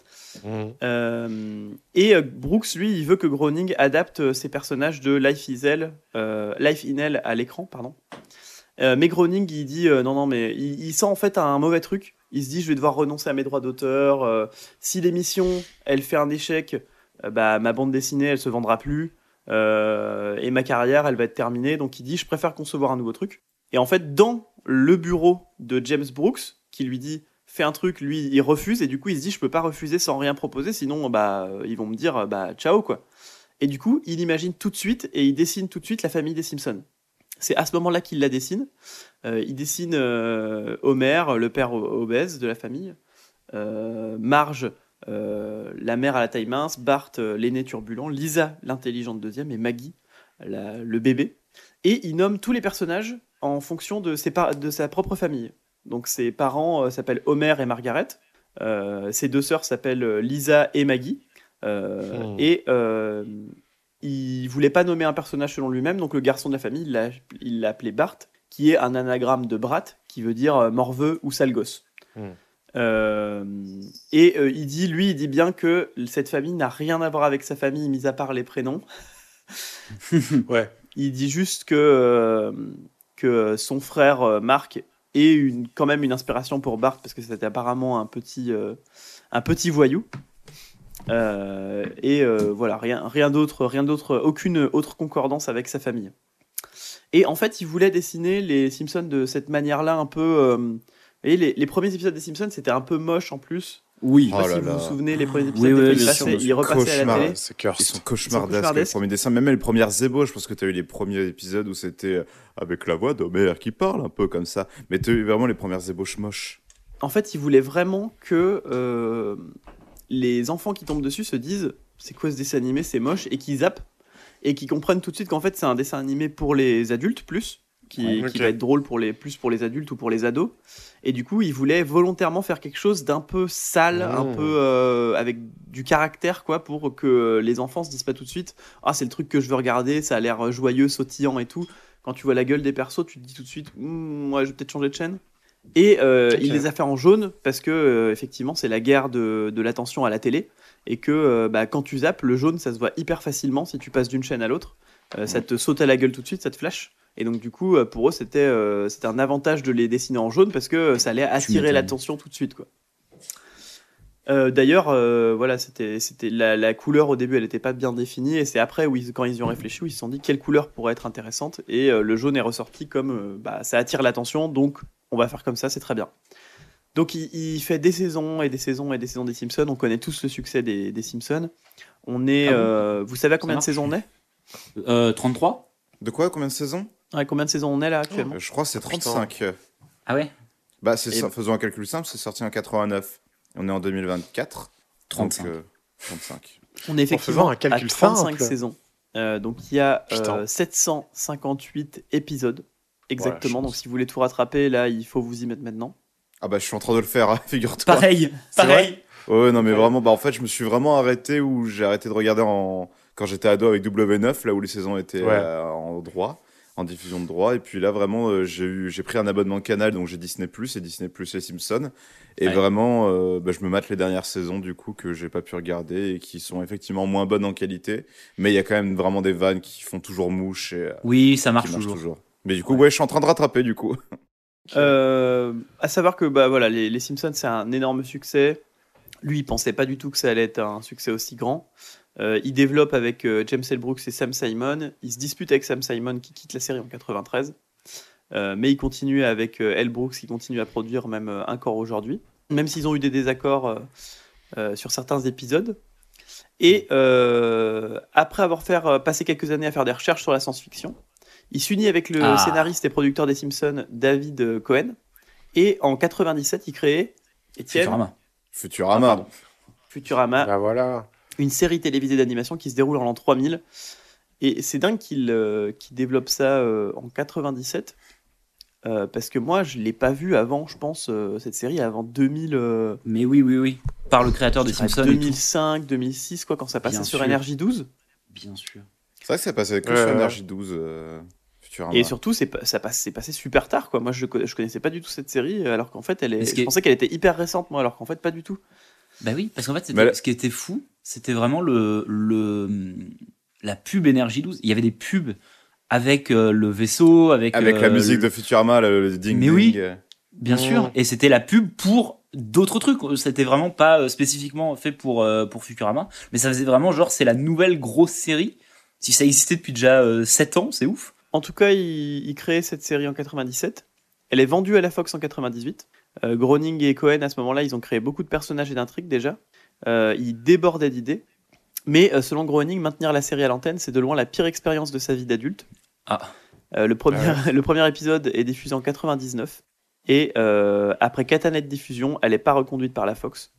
Brooks, lui, il veut que Groening adapte ses personnages de Life in Hell à l'écran, pardon. Mais Groening, il dit non, mais il sent en fait un mauvais truc. Il se dit, je vais devoir renoncer à mes droits d'auteur. Si l'émission, elle fait un échec, ma bande dessinée, elle se vendra plus. Et ma carrière, elle va être terminée. Donc il dit, je préfère concevoir un nouveau truc. Et en fait, dans le bureau de James Brooks, qui lui dit, fais un truc, lui, il refuse. Et du coup, il se dit, je peux pas refuser sans rien proposer, sinon, ils vont me dire, ciao, quoi. Et du coup, il imagine tout de suite et il dessine tout de suite la famille des Simpsons. C'est à ce moment-là qu'il la dessine. Il dessine Homer, le père obèse de la famille, Marge, la mère à la taille mince, Bart, l'aîné turbulent, Lisa, l'intelligente deuxième, et Maggie, le bébé. Et il nomme tous les personnages en fonction de sa propre famille. Donc ses parents s'appellent Homer et Margaret. Ses 2 sœurs s'appellent Lisa et Maggie. Il voulait pas nommer un personnage selon lui-même, donc le garçon de la famille, il l'a appelé Bart, qui est un anagramme de Brat, qui veut dire morveux ou sale gosse. Il dit bien que cette famille n'a rien à voir avec sa famille, mis à part les prénoms. Ouais. Il dit juste que son frère Marc est quand même une inspiration pour Bart, parce que c'était apparemment un petit voyou. Voilà, rien d'autre, aucune autre concordance avec sa famille. Et en fait, il voulait dessiner les Simpsons de cette manière-là, un peu. Les premiers épisodes des Simpsons, c'était un peu moche en plus. Oui. Je sais pas si vous vous souvenez, les premiers épisodes, Oui, des bien fois, sûr, ils repassaient à la télé. C'est Ils curse. sont cauchemardesques, cauchemardesques. les premiers dessins. Même les premières ébauches, je pense que tu as eu les premiers épisodes où c'était avec la voix d'Homer qui parle, un peu comme ça. Mais tu as eu vraiment les premières ébauches moches. En fait, il voulait vraiment que les enfants qui tombent dessus se disent c'est quoi ce dessin animé, c'est moche, et qu'ils zappent, et qu'ils comprennent tout de suite qu'en fait c'est un dessin animé pour les adultes qui va être drôle plus pour les adultes ou pour les ados. Et du coup, il voulait volontairement faire quelque chose d'un peu sale, un peu avec du caractère, quoi, pour que les enfants se disent pas tout de suite ah, c'est le truc que je veux regarder, ça a l'air joyeux, sautillant et tout. Quand tu vois la gueule des persos, tu te dis tout de suite ouais, je vais peut-être changer de chaîne. Et il les a fait en jaune parce que effectivement c'est la guerre de l'attention à la télé, et que quand tu zappes, le jaune ça se voit hyper facilement si tu passes d'une chaîne à l'autre. Ça te saute à la gueule tout de suite, ça te flash. Et donc du coup pour eux c'était un avantage de les dessiner en jaune parce que ça allait attirer l'attention tout de suite, quoi. D'ailleurs voilà, c'était la couleur au début, elle n'était pas bien définie, et c'est après quand ils y ont réfléchi où ils se sont dit quelle couleur pourrait être intéressante, et le jaune est ressorti comme ça attire l'attention, donc on va faire comme ça, c'est très bien. Donc il fait des saisons et des saisons et des saisons des Simpsons. On connaît tous le succès des Simpsons. On est, vous savez à combien de marche. saisons on est? 33. De quoi? Combien de saisons? Ouais, combien de saisons on est là actuellement? Je crois que c'est 35. Ah ouais. Bah, c'est Et- ça, faisons un calcul simple, c'est sorti en 89. On est en 2024. 35. Donc, 35. On est effectivement faisant un à calcul 35 simple. saisons. Donc il y a Putain. 758 épisodes exactement. Voilà, Donc si vous voulez tout rattraper, là il faut vous y mettre maintenant. Ah bah, je suis en train de le faire, hein, figure-toi. Pareil. C'est Pareil. Ouais, non, mais Ouais. vraiment, bah, en fait, je me suis vraiment arrêté où j'ai arrêté de regarder quand j'étais ado avec W9, là où les saisons étaient Ouais. en droit, en diffusion de droit. Et puis là, vraiment, j'ai pris un abonnement Canal, donc j'ai Disney+, et Disney+, les Simpsons. Et Ouais. vraiment, bah, je me mate les dernières saisons, du coup, que j'ai pas pu regarder et qui sont effectivement moins bonnes en qualité. Mais il y a quand même vraiment des vannes qui font toujours mouche et Oui, ça qui marche marchent toujours. toujours. Mais du coup, ouais, je suis en train de rattraper, du coup. À savoir que bah, voilà, les Simpsons c'est un énorme succès. Lui il pensait pas du tout que ça allait être un succès aussi grand. Il développe avec James L. Brooks et Sam Simon. Il se dispute avec Sam Simon qui quitte la série en 93. Mais il continue avec L. Brooks qui continue à produire même encore aujourd'hui. Même s'ils ont eu des désaccords sur certains épisodes. Et après avoir passé quelques années à faire des recherches sur la science-fiction, il s'unit avec le Ah. scénariste et producteur des Simpsons, David Cohen. Et en 97, il crée Étienne, Futurama. Futurama. Ah, pardon. Futurama, Bah voilà. une série télévisée d'animation qui se déroule en l'an 3000. Et c'est dingue qu'il développe ça en 97. Parce que moi, je ne l'ai pas vu avant, je pense, cette série, avant 2000, Mais oui. Par le créateur des je dirais Simpsons. et tout. 2005, 2006, quoi, quand ça passait Bien sur sûr. Énergie 12. Bien sûr. C'est vrai que ça passait que Ouais, sur ouais. Énergie 12, Futurama. Et surtout, c'est passé super tard, quoi. Moi, je connaissais pas du tout cette série, alors qu'en fait, Mais ce qui je est- pensais qu'elle était hyper récente, moi, alors qu'en fait, pas du tout. Bah oui, parce qu'en fait, Mais ce qui était fou, c'était vraiment la pub Énergie 12. Il y avait des pubs avec le vaisseau, avec Avec la musique de Futurama, le ding Mais ding. oui. Bien Mmh. sûr, et c'était la pub pour d'autres trucs. C'était vraiment pas spécifiquement fait pour Futurama, mais ça faisait vraiment genre c'est la nouvelle grosse série. Si ça existait depuis déjà 7 ans, c'est ouf. En tout cas, il crée cette série en 97. Elle est vendue à la Fox en 98. Groening et Cohen, à ce moment-là, ils ont créé beaucoup de personnages et d'intrigues déjà. Ils débordaient d'idées. Mais selon Groening, maintenir la série à l'antenne, c'est de loin la pire expérience de sa vie d'adulte. Ah. Le premier épisode est diffusé en 99. Et après 4 années de diffusion, elle n'est pas reconduite par la Fox.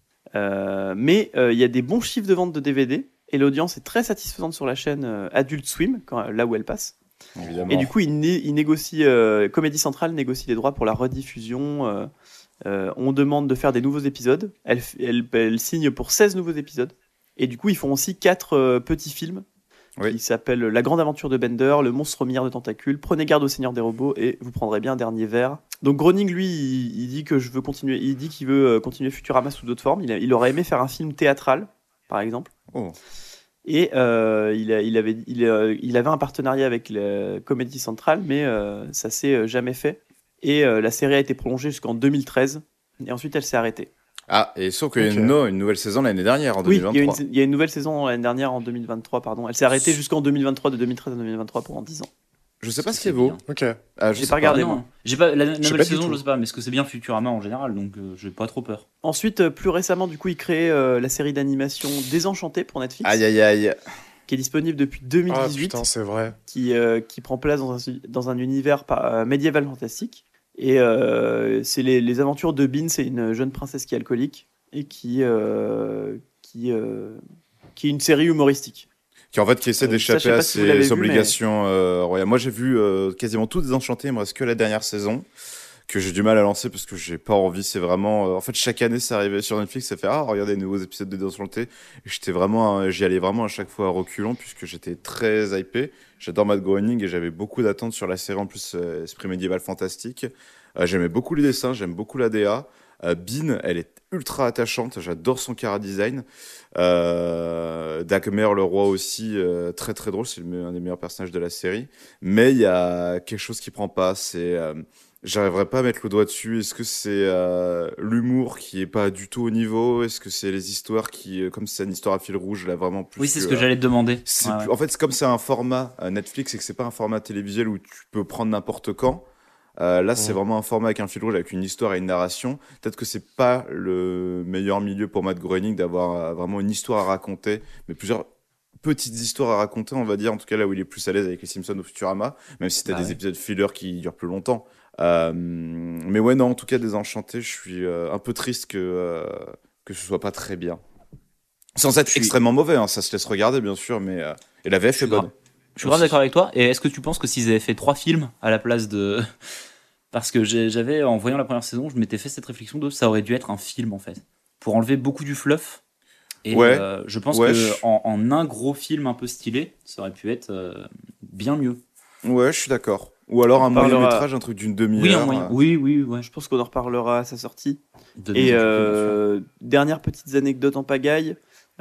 Mais il y a des bons chiffres de vente de DVD. Et l'audience est très satisfaisante sur la chaîne Adult Swim, là où elle passe. Évidemment. Et du coup, il négocie, Comedy Central négocie les droits pour la rediffusion. On demande de faire des nouveaux épisodes. Elle signe pour 16 nouveaux épisodes. Et du coup, ils font aussi 4 petits films Oui. qui s'appellent La Grande Aventure de Bender, Le Monstre milliard de tentacules, Prenez garde au Seigneur des robots et Vous prendrez bien un dernier verre. Donc Groening, lui, il dit que je veux continuer. Il dit qu'il veut continuer Futurama sous d'autres formes. Il aurait aimé faire un film théâtral, par exemple. Oh. Et il avait un partenariat avec le Comedy Central, mais ça s'est jamais fait. Et la série a été prolongée jusqu'en 2013. Et ensuite, elle s'est arrêtée. Ah, et sauf qu'il y a Ok. une nouvelle saison l'année dernière, en Oui, 2023. il y a une nouvelle saison l'année dernière, en 2023, pardon. Elle s'est arrêtée jusqu'en 2023, de 2013 à 2023, pendant 10 ans. Je sais pas ce C'est qu'elle vaut. bien. Ok. Ah, je J'ai sais pas regardé, Ah, non. moi. J'ai pas la sais nouvelle pas du saison, tout. je sais pas, mais ce que c'est bien Futurama en général, donc j'ai pas trop peur. Ensuite, plus récemment, du coup, il crée la série d'animation Désenchanté pour Netflix, Aïe, aïe, aïe. qui est disponible depuis Ah 2018. putain, c'est vrai. qui prend place dans un univers médiéval fantastique. Et c'est les aventures de Bean, c'est une jeune princesse qui est alcoolique et qui est une série humoristique. Qui essaie Ça, je d'échapper sais pas à si vous l'avez ses vu, obligations royales. Moi, j'ai vu quasiment tout Désenchanté. Il me reste que la dernière saison que j'ai du mal à lancer parce que j'ai pas envie. C'est vraiment. En fait, chaque année, ça arrivait sur Netflix, ça fait regardez les nouveaux épisodes de Désenchanté. Et j'y allais vraiment à chaque fois à reculons puisque j'étais très hypé. J'adore Matt Groening et j'avais beaucoup d'attentes sur la série. En plus, esprit médiéval fantastique. J'aimais beaucoup les dessins, j'aime beaucoup la DA. Bean, elle est ultra attachante, j'adore son chara design. Dagmar le roi aussi, très très drôle, c'est un des meilleurs personnages de la série. Mais il y a quelque chose qui prend pas, j'arriverai pas à mettre le doigt dessus. Est-ce que c'est l'humour qui est pas du tout au niveau? Est-ce que c'est les histoires qui, comme c'est une histoire à fil rouge, là vraiment plus Oui, c'est ce que j'allais te demander. c'est Ouais, plus- ouais. En fait, c'est comme c'est un format Netflix et que c'est pas un format télévisuel où tu peux prendre n'importe quand. Là, c'est vraiment un format avec un fil rouge, avec une histoire et une narration. Peut-être que c'est pas le meilleur milieu pour Matt Groening d'avoir vraiment une histoire à raconter, mais plusieurs petites histoires à raconter, on va dire. En tout cas, là où il est plus à l'aise avec les Simpsons ou Futurama, même si t'as des épisodes filler qui durent plus longtemps. Mais ouais, non, en tout cas, Désenchanté, je suis un peu triste que ce soit pas très bien. Sans être extrêmement mauvais, hein, ça se laisse regarder, bien sûr, mais et la VF est bonne. Je suis grave d'accord avec toi. Et est-ce que tu penses que s'ils avaient fait 3 films à la place de... Parce que j'avais, en voyant la première saison, je m'étais fait cette réflexion de ça aurait dû être un film, en fait. Pour enlever beaucoup du fluff. Et je pense que en un gros film un peu stylé, ça aurait pu être bien mieux. Ouais, je suis d'accord. Ou alors un moyen métrage, un truc d'une demi-heure. Oui, Je pense qu'on en reparlera à sa sortie. Et dernière petites anecdotes en pagaille.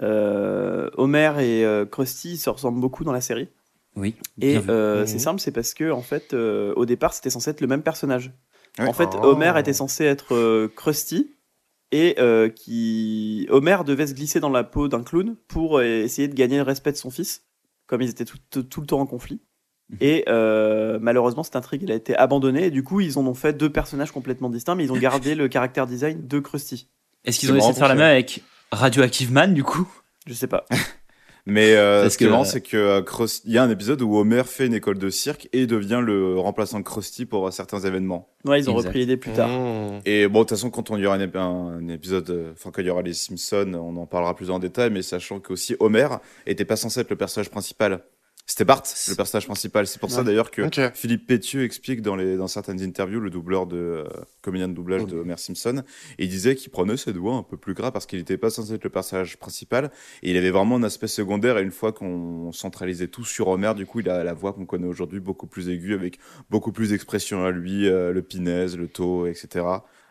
Homer et Krusty se ressemblent beaucoup dans la série. Oui. Et c'est simple, c'est parce que en fait, au départ, c'était censé être le même personnage. Ouais. En fait, Homer était censé être Krusty et Homer devait se glisser dans la peau d'un clown pour essayer de gagner le respect de son fils, comme ils étaient tout le temps en conflit. Et malheureusement, cette intrigue elle a été abandonnée et du coup, ils en ont fait 2 personnages complètement distincts, mais ils ont gardé le caractère design de Krusty. Est-ce qu'ils ont essayé de faire la même avec Radioactive Man, du coup ? Je sais pas. Mais ce qui est marrant, c'est que il y a un épisode où Homer fait une école de cirque et devient le remplaçant de Krusty pour certains événements. Ouais, ils ont repris l'idée plus tard. Et bon, de toute façon, quand on y aura un épisode, quand il y aura les Simpsons, on en parlera plus en détail, mais sachant qu'aussi Homer était pas censé être le personnage principal. C'était Bart, le personnage principal. C'est pour ça d'ailleurs que Philippe Pétieux explique dans certaines interviews, le doubleur comédien de doublage de Homer Simpson, et il disait qu'il prenait ses doigts un peu plus gras parce qu'il n'était pas censé être le personnage principal, et il avait vraiment un aspect secondaire, et une fois qu'on centralisait tout sur Homer, du coup il a la voix qu'on connaît aujourd'hui beaucoup plus aiguë, avec beaucoup plus d'expression à lui, le pinez, le taux, etc.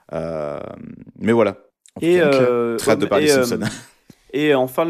Mais voilà. Et très hâte de parler Simpson. Et enfin,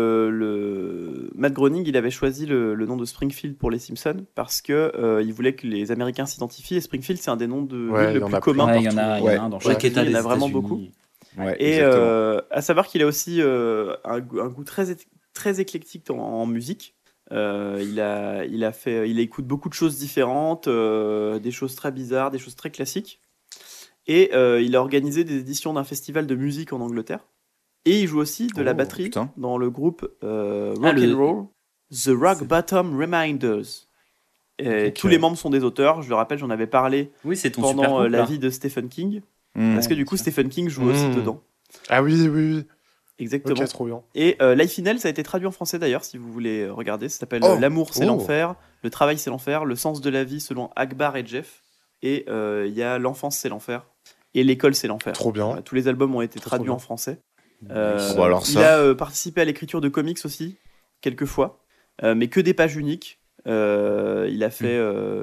Matt Groening, il avait choisi le nom de Springfield pour les Simpsons parce que il voulait que les Américains s'identifient. Et Springfield, c'est un des noms de villes le plus commun. Il y en a un dans chaque État des États-Unis. Il y en a vraiment beaucoup. Ouais, et à savoir qu'il a aussi un goût très éclectique en musique. Il écoute beaucoup de choses différentes, des choses très bizarres, des choses très classiques. Et il a organisé des éditions d'un festival de musique en Angleterre. Et il joue aussi de la batterie dans le groupe Rock and Roll, The Rock Bottom Reminders. Et tous les membres sont des auteurs. Je le rappelle, j'en avais parlé pendant la vie de Stephen King. Parce que du coup, Stephen King joue aussi dedans. Ah oui. Exactement. Ok, trop bien. Et Life in Hell, ça a été traduit en français d'ailleurs, si vous voulez regarder. Ça s'appelle L'amour, c'est l'enfer. Le travail, c'est l'enfer. Le sens de la vie, selon Akbar et Jeff. Et il y a L'enfance, c'est l'enfer. Et L'école, c'est l'enfer. Trop bien. Voilà, tous les albums ont été traduits en français. Il a participé à l'écriture de comics aussi, quelques fois, mais que des pages uniques. Il a fait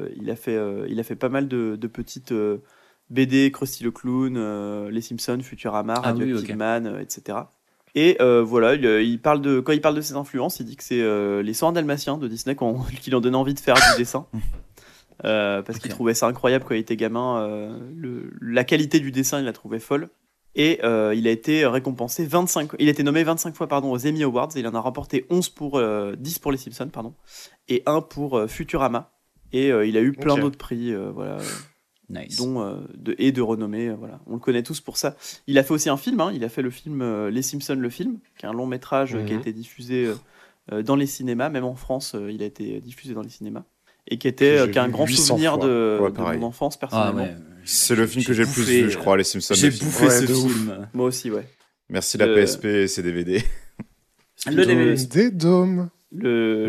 pas mal de petites BD, Krusty le Clown, Les Simpsons, Futurama, Radioactive Man, etc. Et voilà, quand il parle de ses influences, il dit que c'est les 101 Dalmatiens de Disney qui lui ont donné envie de faire du dessin. Parce qu'il trouvait ça incroyable quand il était gamin. La qualité du dessin, il la trouvait folle. Et il a été récompensé 25. Il a été nommé 25 fois aux Emmy Awards. Et il en a remporté 10 pour les Simpsons, et 1 pour Futurama. Et il a eu plein d'autres prix, nice. dont de renommée. Voilà. On le connaît tous pour ça. Il a fait aussi un film. Il a fait le film Les Simpsons, le film, qui est un long métrage qui a été diffusé dans les cinémas. Même en France, il a été diffusé dans les cinémas. Et qui a un grand souvenir de mon enfance personnellement. C'est le film que j'ai le plus vu, je crois, les Simpsons. J'ai bouffé ce film. Moi aussi, ouais. Merci la PSP et ses DVD. Le DVD. Des dômes. Le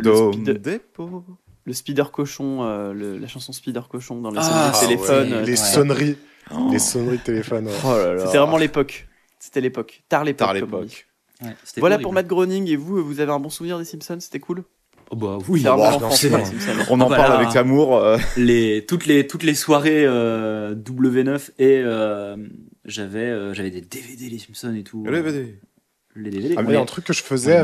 Spider Cochon, la chanson Spider Cochon dans les sonneries de téléphone. Les sonneries. Les sonneries de téléphone. Oh là là. C'était vraiment l'époque. C'était l'époque. Tard l'époque. Ouais, voilà pour Matt Groening. Et vous avez un bon souvenir des Simpsons? C'était cool? Oh bah oui, on en parle avec amour. Toutes les soirées W9 et j'avais des DVD les Simpsons et tout. Les DVD. Il y a un truc que je faisais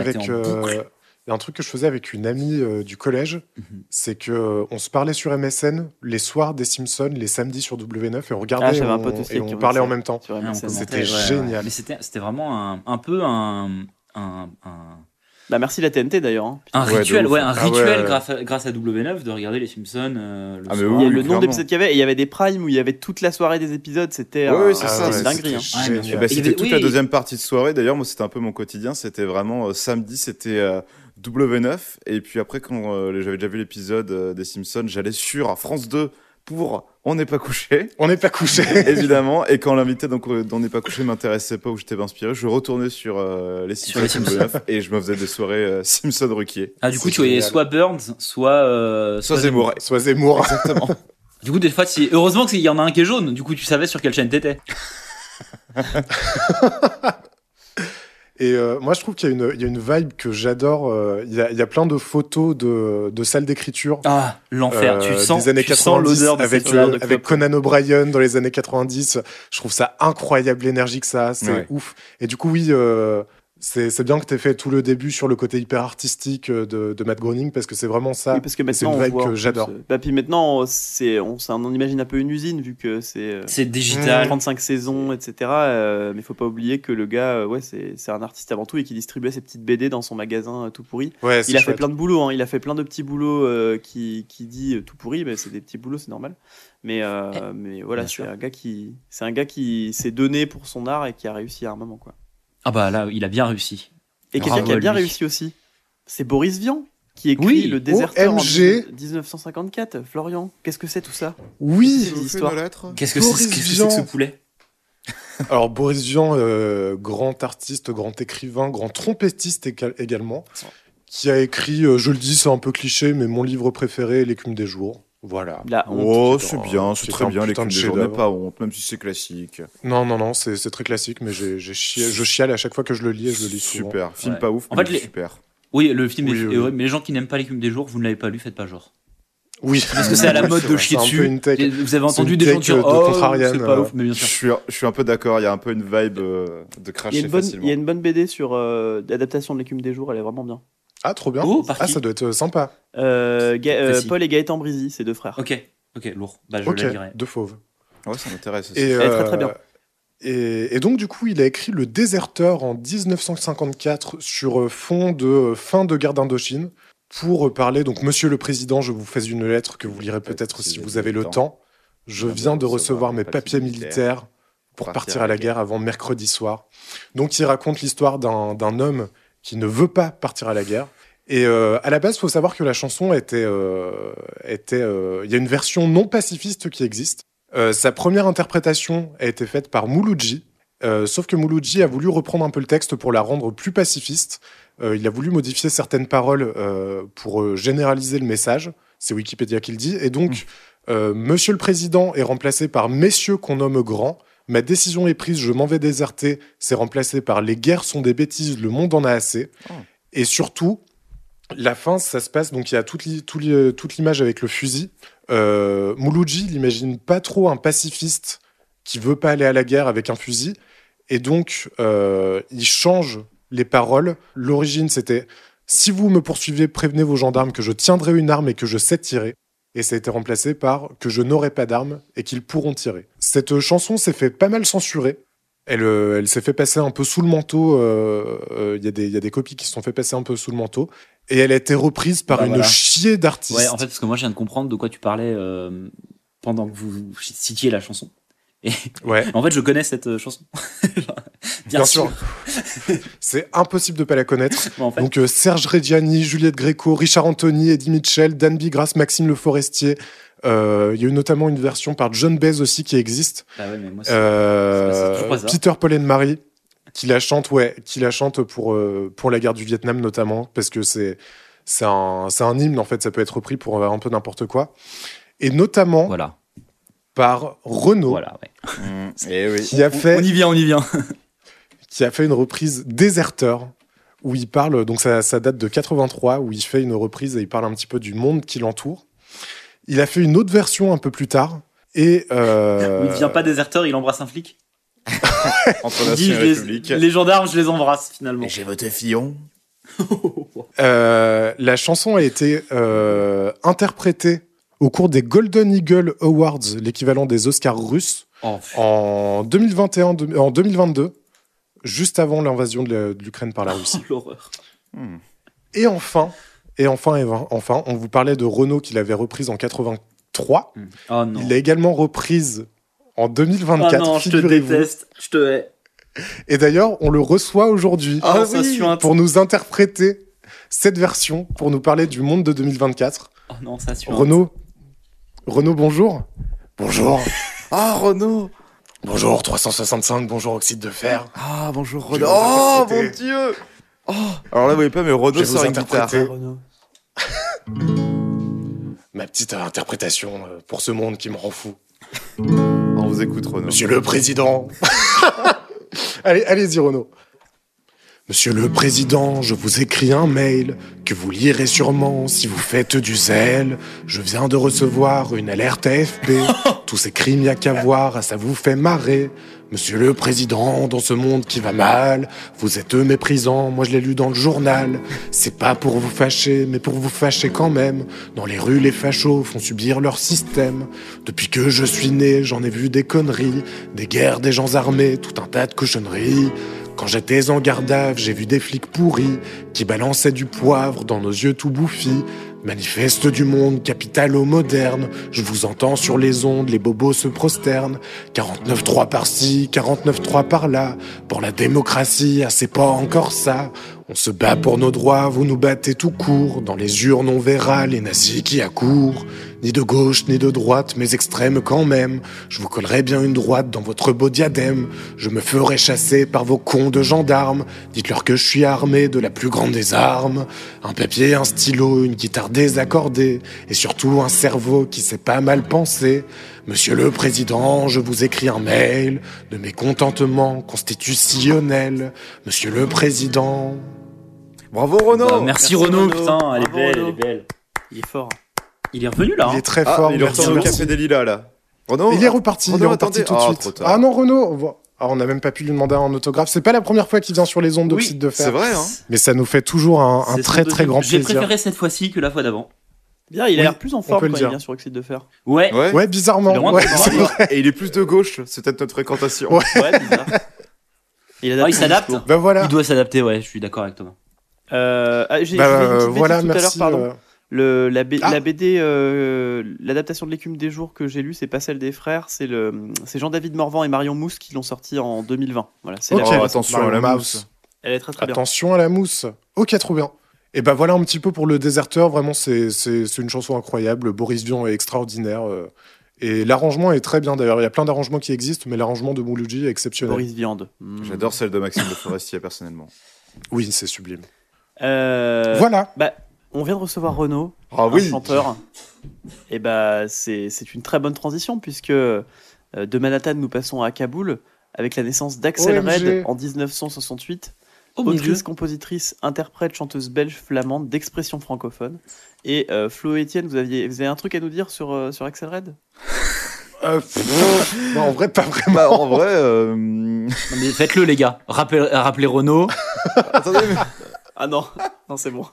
avec une amie du collège, c'est que on se parlait sur MSN les soirs des Simpsons, les samedis sur W9 et on regardait et on parlait en même temps. C'était génial. Mais c'était vraiment un peu un Bah merci la TNT d'ailleurs. Hein. Un Ouais, de rituel, ouf. ouais, un Ah rituel ouais. grâce à W9 de regarder les Simpsons le Ah, mais soir. oui, Il y a le nombre clairement. d'épisodes qu'il y avait, et il y avait des primes où il y avait toute la soirée des épisodes, c'était Oui, c'est Ah ça, ouais, c'est une dinguerie. Hein. c'était Ouais, bien sûr. Et génial. bah, il y c'était avait- toute oui. la deuxième partie de soirée. D'ailleurs, moi, c'était un peu mon quotidien. C'était vraiment samedi, c'était W9. Et puis après, quand j'avais déjà vu l'épisode des Simpsons, j'allais sur France 2 pour On n'est pas couché, On n'est pas couché. évidemment. Et quand l'invité d'On n'est pas couché m'intéressait pas ou j'étais pas inspiré, je retournais sur les Sur les Simpsons W9 et je me faisais des soirées Simpson Ruquier. Ah, du coup, C'est tu voyais génial. soit Burns, soit Zemmour. Soit Zemmour. Exactement. Du coup, des fois, heureusement qu'il y en a un qui est jaune. Du coup, tu savais sur quelle chaîne t'étais. Et moi, je trouve qu'il y a une vibe que j'adore. Il y a plein de photos de salles d'écriture. Ah, l'enfer. Tu sens, des années tu sens 90 l'odeur de avec, cette odeur de avec clope. Conan O'Brien dans les années 90. Je trouve ça incroyable l'énergie que ça a, c'est Ouais. ouf. Et du coup, oui, c'est bien que tu aies fait tout le début sur le côté hyper artistique de Matt Groening parce que c'est vraiment ça. Oui, parce que Et c'est maintenant une on vibe voit. que en plus, j'adore. Bah puis maintenant on imagine un peu une usine vu que c'est C'est digital. 35 saisons, etc. Mais faut pas oublier que le gars, ouais, c'est un artiste avant tout et qui distribuait ses petites BD dans son magasin tout pourri. Ouais, c'est Il a fait chouette. plein de boulots, hein. Il a fait plein de petits boulots qui dit tout pourri, mais c'est des petits boulots, c'est normal. Mais voilà, bien sûr. c'est un gars qui s'est donné pour son art et qui a réussi à un moment, quoi. Ah bah là, il a bien réussi. Et quelqu'un Bravo qui a à bien lui. réussi aussi, c'est Boris Vian qui écrit Oui, Le Déserteur en OMG. 1954. Florian, qu'est-ce que c'est tout ça? Oui. Je vous fais histoires. une lettre. Qu'est-ce que Boris c'est que Vian. ce poulet? Alors Boris Vian, grand artiste, grand écrivain, grand trompettiste également, qui a écrit, je le dis, c'est un peu cliché, mais mon livre préféré, L'écume des jours. Voilà. La honte. Oh, qui est c'est un- bien, qui c'est est très un bien. Les putain de coups de journée, chef-d'œuvre. pas honte, même si c'est classique. Non, c'est très classique, mais je chiale à chaque fois que je le lis et je le lis souvent. Super. Film Ouais. pas ouf, En mais fait, les- super. Oui, le film Oui, est oui. heureux, mais les gens qui n'aiment pas l'écume des jours, vous ne l'avez pas lu, faites pas genre. Oui. Parce que c'est à la mode C'est de vrai, chier c'est un peu dessus. une take. Et vous avez C'est entendu une des gens take dire de oh, contrarienne, c'est pas ouf, mais bien sûr. Je suis un peu d'accord, il y a un peu une vibe de Il y, a cracher une bonne, facilement. il y a une bonne BD sur l'adaptation de L'écume des jours, elle est vraiment bien. Ah, trop bien. Oh, par Ah, qui ça doit être sympa. Précis. Paul et Gaëtan Brisy, c'est deux frères. Ok, lourd. Bah, je Ok, le dirai. de fauve. Ouais, ça m'intéresse aussi. Et, Elle est très, très bien. Et donc, du coup, il a écrit Le Déserteur en 1954 sur fond de fin de guerre d'Indochine pour parler. Donc, Monsieur le Président, je vous fais une lettre que vous lirez peut-être si vous avez le temps. Je viens de recevoir mes papiers militaires pour partir à la guerre avant mercredi soir. Donc, il raconte l'histoire d'un homme qui ne veut pas partir à la guerre. Et à la base, il faut savoir que la chanson était, il y a une version non pacifiste qui existe. Sa première interprétation a été faite par Mouloudji, sauf que Mouloudji a voulu reprendre un peu le texte pour la rendre plus pacifiste. Il a voulu modifier certaines paroles pour généraliser le message. C'est Wikipédia qui le dit. Et donc, Monsieur le Président est remplacé par Messieurs qu'on nomme grands. Ma décision est prise, je m'en vais déserter. C'est remplacé par Les guerres sont des bêtises, le monde en a assez. Oh. Et surtout, la fin, ça se passe, donc il y a toute l'image avec le fusil. Mouloudji, il n'imagine pas trop un pacifiste qui veut pas aller à la guerre avec un fusil. Et donc, il change les paroles. L'origine, c'était « Si vous me poursuivez, prévenez vos gendarmes que je tiendrai une arme et que je sais tirer ». Et ça a été remplacé par « Que je n'aurai pas d'arme et qu'ils pourront tirer ». Cette chanson s'est fait pas mal censurer. Elle s'est fait passer un peu sous le manteau. Il y a des copies qui se sont fait passer un peu sous le manteau. Et elle a été reprise par une Voilà. chier d'artistes. Ouais, en fait, parce que moi, je viens de comprendre de quoi tu parlais pendant que vous citiez la chanson. Et Ouais, en fait, je connais cette chanson. bien sûr. C'est impossible de pas la connaître. Bon, en fait, Donc Serge Reggiani, Juliette Gréco, Richard Anthony, Eddie Mitchell, Dan Bigras, Maxime Le Forestier. Il y a eu notamment une version par John Baez aussi qui existe. bah ouais, mais moi, c'est toujours pas ça. Peter Paul and Mary qui la chante pour la guerre du Vietnam notamment parce que c'est un hymne en fait, ça peut être repris pour un peu n'importe quoi. Et notamment Voilà. par Renaud Voilà, ouais. Et oui. qui a fait On y vient, on y vient. qui a fait une reprise Déserteur, où il parle, donc ça date de 83, où il fait une reprise et il parle un petit peu du monde qui l'entoure. Il a fait une autre version un peu plus tard, et... Il ne devient pas déserteur, il embrasse un flic. Entre Il Nation dit, et République. les gendarmes, je les embrasse, finalement. J'ai voté Fillon. la chanson a été interprétée au cours des Golden Eagle Awards, l'équivalent des Oscars russes, Oh, en 2022, juste avant l'invasion de l'Ukraine par la Russie. l'horreur. Et enfin, on vous parlait de Renaud qu'il avait reprise en 83. Oh non. Il l'a également reprise en 2024. Oh non, je te figurez-vous. déteste. Je te hais. Et d'ailleurs, on le reçoit aujourd'hui Ah ça suinte. pour nous interpréter cette version, pour nous parler du monde de 2024. Oh non, ça suinte. Renaud, bonjour. Bonjour. Ah, Renaud. Bonjour 365, bonjour Oxyde de Fer. Ah, bonjour, Je vais Renaud. vous Oh, interpréter. mon Dieu. Oh. Alors là, vous voyez pas, mais Je Renaud vais vous sort une guitare. interpréter. Renaud. Ma petite interprétation pour ce monde qui me rend fou. On vous écoute, Renaud. Monsieur le Président. Allez-y, Renaud. Monsieur le Président, je vous écris un mail que vous lirez sûrement si vous faites du zèle. Je viens de recevoir une alerte AFP. Tous ces crimes, y a qu'à voir, ça vous fait marrer. Monsieur le Président, dans ce monde qui va mal, vous êtes méprisant, moi je l'ai lu dans le journal. C'est pas pour vous fâcher, mais pour vous fâcher quand même. Dans les rues, les fachos font subir leur système. Depuis que je suis né, j'en ai vu des conneries, des guerres, des gens armés, tout un tas de cochonneries. Quand j'étais en garde à vue, j'ai vu des flics pourris qui balançaient du poivre dans nos yeux tout bouffis. Manifeste du monde, capitalo moderne. Je vous entends sur les ondes, les bobos se prosternent. 49-3 par-ci, 49-3 par-là. Pour la démocratie, ah, c'est pas encore ça. On se bat pour nos droits, vous nous battez tout court. Dans les urnes, on verra les nazis qui accourent. Ni de gauche, ni de droite, mais extrêmes quand même. Je vous collerai bien une droite dans votre beau diadème. Je me ferai chasser par vos cons de gendarmes. Dites-leur que je suis armé de la plus grande des armes. Un papier, un stylo, une guitare désaccordée. Et surtout un cerveau qui sait pas mal penser. Monsieur le Président, je vous écris un mail de mécontentement constitutionnel. Monsieur le Président... Bravo, Renaud. Merci Merci, Renaud, Renaud. putain, elle est Bravo, belle, elle Renaud. est belle. Il est fort. Il est revenu là. Il hein. est très Ah, fort, il est merci. retourné au merci. Café des Lilas, là. Renaud. Il est reparti, Renaud, attendez. tout de Ah, suite. trop tard. Ah non, Renaud, on n'a même pas pu lui demander un autographe. C'est pas la première fois qu'il vient sur les ondes d'Oxyde de Fer. C'est vrai, hein. Mais ça nous fait toujours un C'est son très très deuxième. grand J'ai plaisir. préféré cette fois-ci que la fois d'avant. Bien, il a Oui, l'air plus en on forme peut le quand il dire. vient sur Oxyde de Fer. Ouais. Ouais. Ouais, bizarrement. Il est moins Ouais, content. c'est vrai. Et il est plus de gauche. C'est peut-être notre fréquentation. Ouais. Ouais, bizarre. Il s'adapte. Ben voilà. Il doit s'adapter, ouais, je suis d'accord avec Thomas. J'ai je Bah, voulais une petite voilà, bêtise tout à l'heure, merci. pardon. La Ah. BD, l'adaptation de l'écume des jours que j'ai lue, c'est pas celle des frères, c'est Jean-David Morvan et Marion Mousse qui l'ont sorti en 2020. Voilà, c'est Ok. la Oh, version. attention à la Marion mousse. Elle est très très bien. Attention à la mousse. Ok, trop bien. Et ben voilà un petit peu pour Le Déserteur. Vraiment, c'est une chanson incroyable. Boris Vian est extraordinaire. Et l'arrangement est très bien d'ailleurs. Il y a plein d'arrangements qui existent, mais l'arrangement de Mouloudji est exceptionnel. Boris Viande. J'adore celle de Maxime de Forestier, personnellement. Oui, c'est sublime. Voilà. Voilà. On vient de recevoir Renaud, Ah un oui. chanteur. Et c'est une très bonne transition puisque de Manhattan nous passons à Kaboul avec la naissance d'Axel OMG. Red en 1968. Oh mon dieu. Autrice, compositrice, interprète, chanteuse belge flamande d'expression francophone. Et Flo et Étienne, vous avez un truc à nous dire sur Axel Red? Non, en vrai, pas vraiment. Bah, en vrai. Non, mais faites-le, les gars. Rappelez Renaud. Attendez, mais... Ah non, non c'est bon.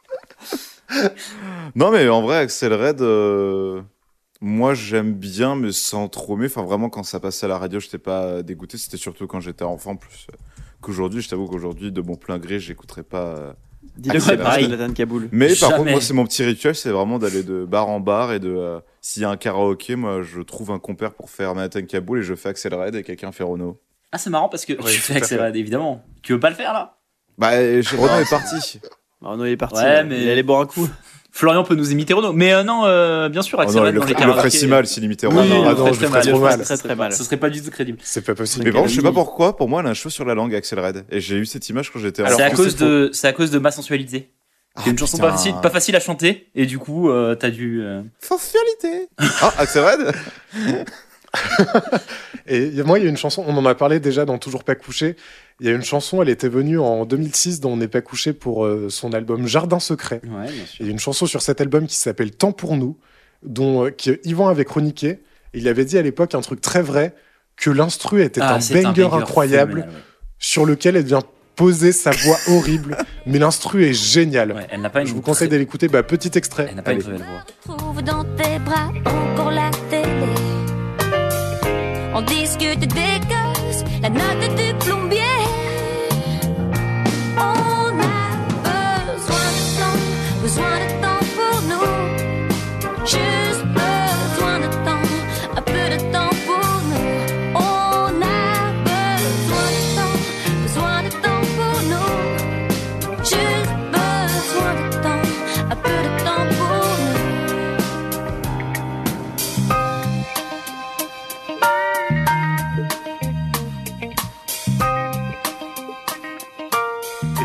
Non, mais en vrai, Axel Red, moi j'aime bien, mais sans trop aimer. Enfin, vraiment, quand ça passait à la radio, j'étais pas dégoûté. C'était surtout quand j'étais enfant, plus qu'aujourd'hui. Je t'avoue qu'aujourd'hui, de mon plein gré, j'écouterais pas. Dis-le Axel que Red. c'est Manhattan Kaboul. Mais par Jamais. contre, moi, c'est mon petit rituel, c'est vraiment d'aller de bar en bar et de. S'il y a un karaoké, moi, je trouve un compère pour faire Manhattan Kaboul et je fais Axel Red et quelqu'un fait Renaud. Ah, c'est marrant parce que Oui, tu tout fais à Axel fait. Red, évidemment. Tu veux pas le faire là? Bah, Renaud est parti. Renaud il est parti. Ouais, mais- Il allait boire un coup. Florian peut nous imiter Renaud. Mais non, bien sûr, Oh Axel non, Red il dans les le ferait karaokés. si mal s'il imitait Oui, Renaud. il Ah le non, ferait je très le mal. ferais trop mal. Très, très mal. Ce serait pas du tout crédible. C'est pas possible. Mais par contre, je sais pas pourquoi, pour moi, elle a un cheveu sur la langue, Axel Red. Et j'ai eu cette image quand j'étais C'est à enfant. cause de Ma Sensualité. C'est une chanson pas facile à chanter. Et du coup, t'as dû. Sensualité. Ah, Axel Red. Et moi, il y a une chanson, on en a parlé déjà dans Toujours pas couché. Il y a une chanson, elle était venue en 2006 dans On n'est pas couché pour son album Jardin secret. Ouais, bien sûr. Il y a une chanson sur cet album qui s'appelle Temps pour nous, dont que Yvan avait chroniqué. Et il avait dit à l'époque un truc très vrai, que l'instru était un c'est banger banger incroyable phénoménal, ouais. sur lequel elle vient poser sa voix horrible. Mais l'instru est génial. Ouais, elle n'a pas une Je vous conseille d'aller écouter. Petit extrait. Elle n'a pas une Allez. très belle voix. Trouve dans tes bras encore la télé. On discute des gosses, la note du plombier. On a besoin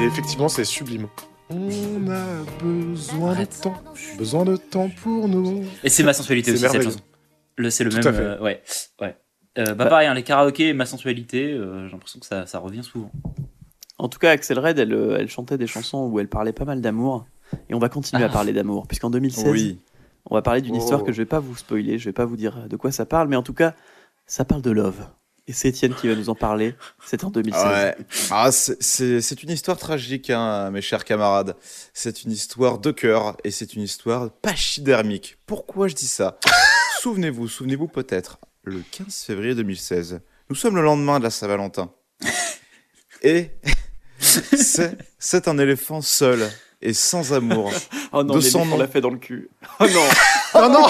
Et effectivement, c'est sublime. On a Arrête. besoin de temps pour nous. Et c'est ma sensualité C'est aussi, cette merveilleux. chanson. C'est le Tout même. à fait. Ouais. Pareil, hein, les karaokés et ma sensualité, j'ai l'impression que ça revient souvent. En tout cas, Axel Red, elle chantait des chansons où elle parlait pas mal d'amour. Et on va continuer à parler d'amour, puisqu'en 2016, Oui. on va parler d'une Oh. histoire que je vais pas vous spoiler, je vais pas vous dire de quoi ça parle, mais en tout cas, ça parle de love. Et c'est Étienne qui va nous en parler. C'était en 2016. Ouais. C'est une histoire tragique, hein, mes chers camarades. C'est une histoire de cœur et c'est une histoire pachydermique. Pourquoi je dis ça? Souvenez-vous peut-être, le 15 février 2016, nous sommes le lendemain de la Saint-Valentin. Et c'est un éléphant seul et sans amour. Oh non, De les son mecs, on nom. l'a fait dans le cul. Oh non. Oh non.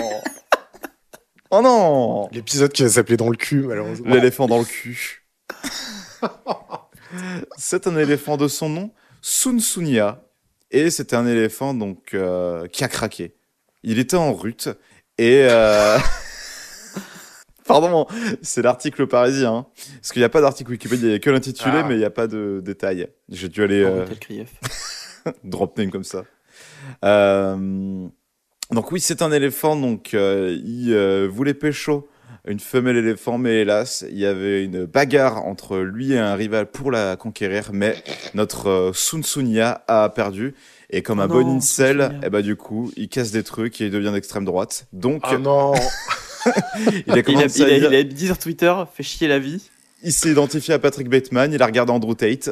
Oh non! L'épisode qui va s'appeler Dans le cul, malheureusement. L'éléphant dans le cul. C'est un éléphant de son nom, Sun Sunya. Et c'était un éléphant donc qui a craqué. Il était en rut et pardon, c'est l'article parisien. Hein. Parce qu'il n'y a pas d'article Wikipédia, il n'y a que l'intitulé, mais il n'y a pas de détails. J'ai dû aller Henri Krief. drop name comme ça. Donc oui, c'est un éléphant, donc il voulait pécho une femelle éléphant, mais hélas, il y avait une bagarre entre lui et un rival pour la conquérir, mais notre Sun Sunya a perdu. Et comme Oh un non, bon incel, Sun Sunya. et bah du coup, il casse des trucs et il devient d'extrême droite. Donc, Ah non. il a commencé à Il dire- a dit sur Twitter, fait chier la vie. il s'est identifié à Patrick Bateman, il a regardé Andrew Tate.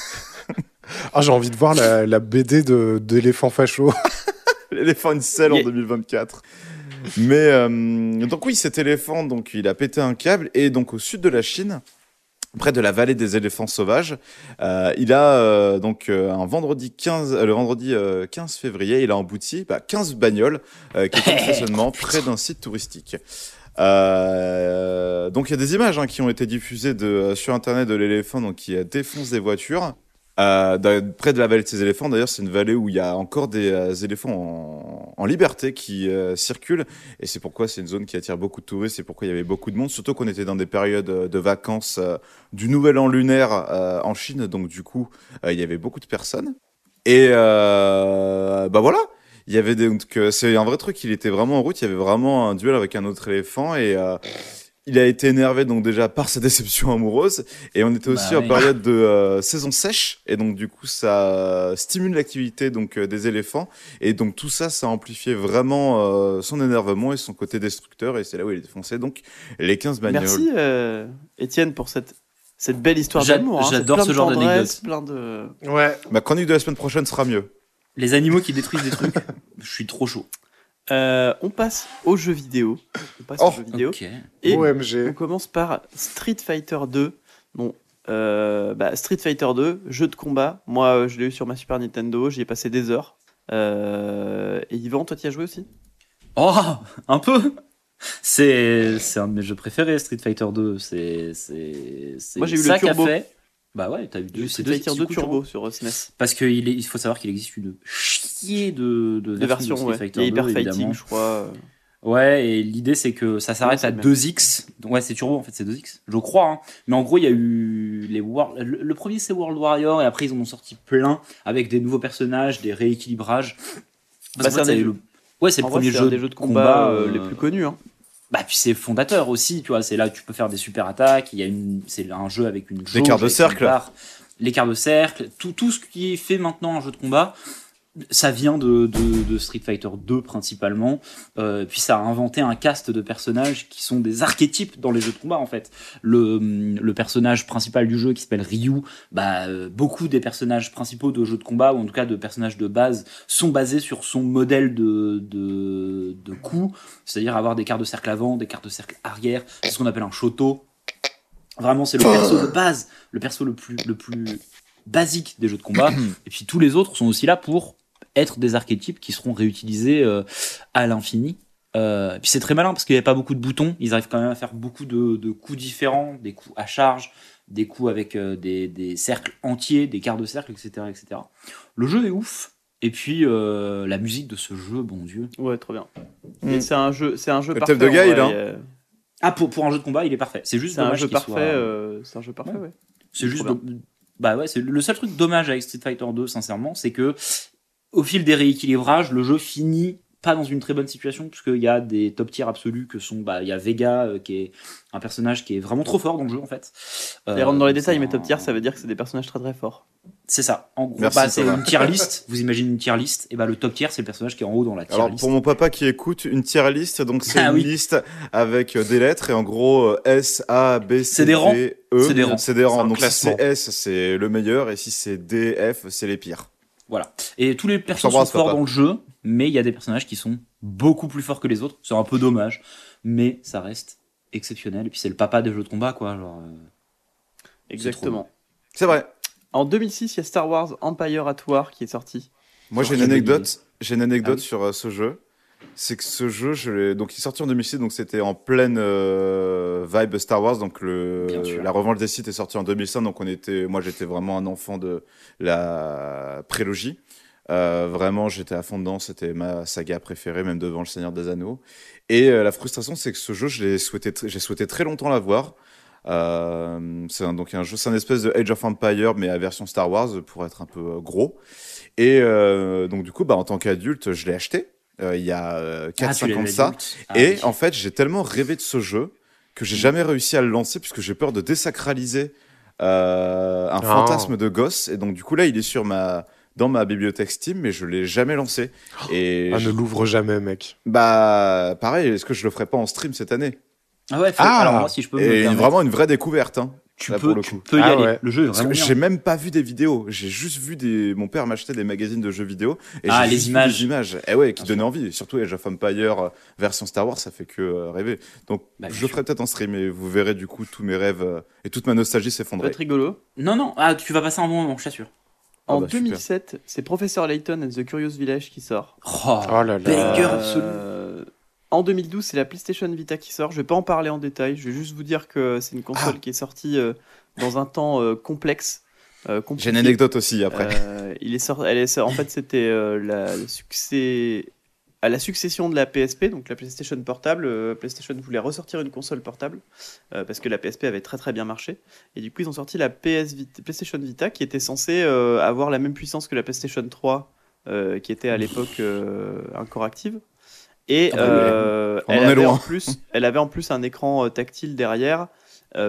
Ah, j'ai envie de voir la BD d'éléphant facho. L'éléphant incel en Yeah. 2024. Mais donc oui, cet éléphant, donc il a pété un câble et donc au sud de la Chine, près de la vallée des éléphants sauvages, il a donc un vendredi 15, le vendredi 15 février, il a embouti 15 bagnoles qui étaient en stationnement près d'un site touristique. Donc il y a des images hein, qui ont été diffusées sur internet de l'éléphant donc qui défonce des voitures. Près de la vallée de ces éléphants, d'ailleurs, c'est une vallée où il y a encore des éléphants en liberté qui circulent. Et c'est pourquoi c'est une zone qui attire beaucoup de touristes et pourquoi il y avait beaucoup de monde. Surtout qu'on était dans des périodes de vacances du Nouvel An lunaire en Chine. Donc, du coup, il y avait beaucoup de personnes. Et voilà. Il y avait c'est un vrai truc. Il était vraiment en route. Il y avait vraiment un duel avec un autre éléphant et il a été énervé donc déjà par sa déception amoureuse et on était aussi en oui. période de saison sèche et donc du coup ça stimule l'activité donc des éléphants et donc tout ça ça a amplifié vraiment son énervement et son côté destructeur et c'est là où il est défoncé donc les 15 bagnoles. Merci Étienne pour cette belle histoire J'a- d'amour. Hein. j'adore C'est ce plein genre de tendresse, d'anecdote. plein de... Ouais. Ma chronique de la semaine prochaine sera mieux. Les animaux qui détruisent des trucs, je suis trop chaud. On passe aux jeux vidéo. Ok. Et on OMG. commence par Street Fighter 2. Bon, Street Fighter 2, jeu de combat. Moi, je l'ai eu sur ma Super Nintendo. J'y ai passé des heures. Et Yvan, toi, t'y as joué aussi? Oh, un peu. C'est un de mes jeux préférés, Street Fighter 2. C'est Moi, j'ai eu le ça qu'a turbo. fait. Bah ouais, t'as eu J'ai eu c'est Street Fighter 2 coups Turbo sur SNES. Parce qu'il faut savoir qu'il existe une chier de De version, de Street ouais. Fighter Il y a 2, Hyper Fighting, évidemment. je crois. Ouais, et l'idée c'est que ça s'arrête c'est à le même. 2x. Donc, ouais, c'est turbo en fait, c'est 2x. Je crois. Hein. Mais en gros, il y a eu le premier c'est World Warrior et après ils en ont sorti plein avec des nouveaux personnages, des rééquilibrages. Parce Bah, qu'en fait, c'est un ça a eu Ouais, c'est le En vrai, premier c'est jeu un des jeux de combat les plus connus. Hein. Bah puis c'est fondateur aussi, tu vois. C'est là que tu peux faire des super attaques. C'est un jeu avec une jauge, quarts de avec cercle. une barre, les quarts de cercle, tout ce qui est fait maintenant un jeu de combat. Ça vient de Street Fighter 2 principalement, puis ça a inventé un cast de personnages qui sont des archétypes dans les jeux de combat en fait. Le personnage principal du jeu qui s'appelle Ryu, beaucoup des personnages principaux de jeux de combat ou en tout cas de personnages de base sont basés sur son modèle de coup, c'est-à-dire avoir des quarts de cercle avant, des quarts de cercle arrière, c'est ce qu'on appelle un shoto. Vraiment c'est le perso de base, le perso le plus basique des jeux de combat, et puis tous les autres sont aussi là pour être des archétypes qui seront réutilisés à l'infini. Puis c'est très malin parce qu'il n'y a pas beaucoup de boutons, ils arrivent quand même à faire beaucoup de coups différents, des coups à charge, des coups avec des cercles entiers, des quarts de cercle, etc., etc. Le jeu est ouf, et puis la musique de ce jeu, bon Dieu. Ouais, trop bien. Mm. Et c'est un jeu Le parfait. thème de en Guy, vrai, là. Ah, pour un jeu de combat, il est parfait. C'est juste C'est un dommage jeu qu'il parfait. soit... C'est un jeu parfait, ouais. C'est juste Trop bien. Bah ouais, c'est le seul truc dommage avec Street Fighter 2, sincèrement, c'est que au fil des rééquilibrages, le jeu finit pas dans une très bonne situation, puisqu'il y a des top tiers absolus que sont, il y a Vega, qui est un personnage qui est vraiment trop fort dans le jeu, en fait. Et rentre dans les c'est détails, mais un- top tier, ça veut dire que c'est des personnages très très forts. C'est ça. En gros, Merci, c'est Thomas. une tier list. Vous imaginez une tier list, et le top tier, c'est le personnage qui est en haut dans la tier Alors, list. pour mon papa qui écoute, une tier list, donc c'est Ah une oui. liste avec des lettres et en gros S, A, B, C, C'est des rangs. D, E. C'est des rangs. C'est des rangs. C'est un Donc, si classement. c'est S, c'est le meilleur et si c'est D, F, c'est les pires. Voilà. Et tous les personnages sont t'embrasse, forts papa. dans le jeu, mais il y a des personnages qui sont beaucoup plus forts que les autres. C'est un peu dommage, mais ça reste exceptionnel. Et puis c'est le papa des jeux de combat, quoi. Genre, Exactement. C'est vrai. En 2006, il y a Star Wars Empire at War qui est sorti. Moi, j'ai une Quelle anecdote. J'ai une anecdote Ah oui. sur ce jeu. C'est que ce jeu, donc il est sorti en 2006, donc c'était en pleine vibe Star Wars. Donc Bien sûr. la Revanche des Sith est sortie en 2005, donc moi j'étais vraiment un enfant de la prélogie. Vraiment, j'étais à fond dedans. C'était ma saga préférée, même devant le Seigneur des Anneaux. Et la frustration, c'est que ce jeu, j'ai souhaité très longtemps l'avoir. Donc un jeu, c'est un espèce de Age of Empire, mais à version Star Wars pour être un peu gros. Et donc du coup, en tant qu'adulte, je l'ai acheté il y a 4-5 ans de ça. Et en fait, j'ai tellement rêvé de ce jeu que j'ai jamais réussi à le lancer puisque j'ai peur de désacraliser un fantasme de gosse. Et donc du coup, là, il est dans ma bibliothèque Steam, mais je l'ai jamais lancé. Et Ah, ne l'ouvre jamais, mec. pareil, est-ce que je le ferai pas en stream cette année? Ah ouais, Ah. alors moi, si je peux me Et permettre, vraiment une vraie découverte, hein. tu là, peux, pour le tu coup. peux y Ah aller. ouais. Le jeu est Parce vraiment que bien. j'ai même pas vu des vidéos, j'ai juste vu mon père m'achetait des magazines de jeux vidéo et Ah, j'ai les juste vu images. des images. Et ouais, qui Bien donnaient envie. Surtout Age of Empire version Star Wars, ça fait que rêver. Donc Bah, je bien le ferai peut-être en stream et vous verrez du coup tous mes rêves et toute ma nostalgie Ça peut s'effondrer. être rigolo. Non, tu vas passer un bon moment, je t'assure. Ah En bah, super. 2007, c'est Professor Layton and the Curious Village qui sort. Oh, Oh là là. banger absolu. En 2012, c'est la PlayStation Vita qui sort. Je vais pas en parler en détail. Je vais juste vous dire que c'est une console qui est sortie dans un temps complexe. J'ai Compliqué. une anecdote aussi après. En fait, c'était à la succession de la PSP, donc la PlayStation portable. PlayStation voulait ressortir une console portable parce que la PSP avait très très bien marché. Et du coup, ils ont sorti la PlayStation Vita qui était censée avoir la même puissance que la PlayStation 3 qui était à l'époque encore active. Et Ah bah ouais. On en est loin. elle avait en plus un écran tactile derrière. Pourquoi ?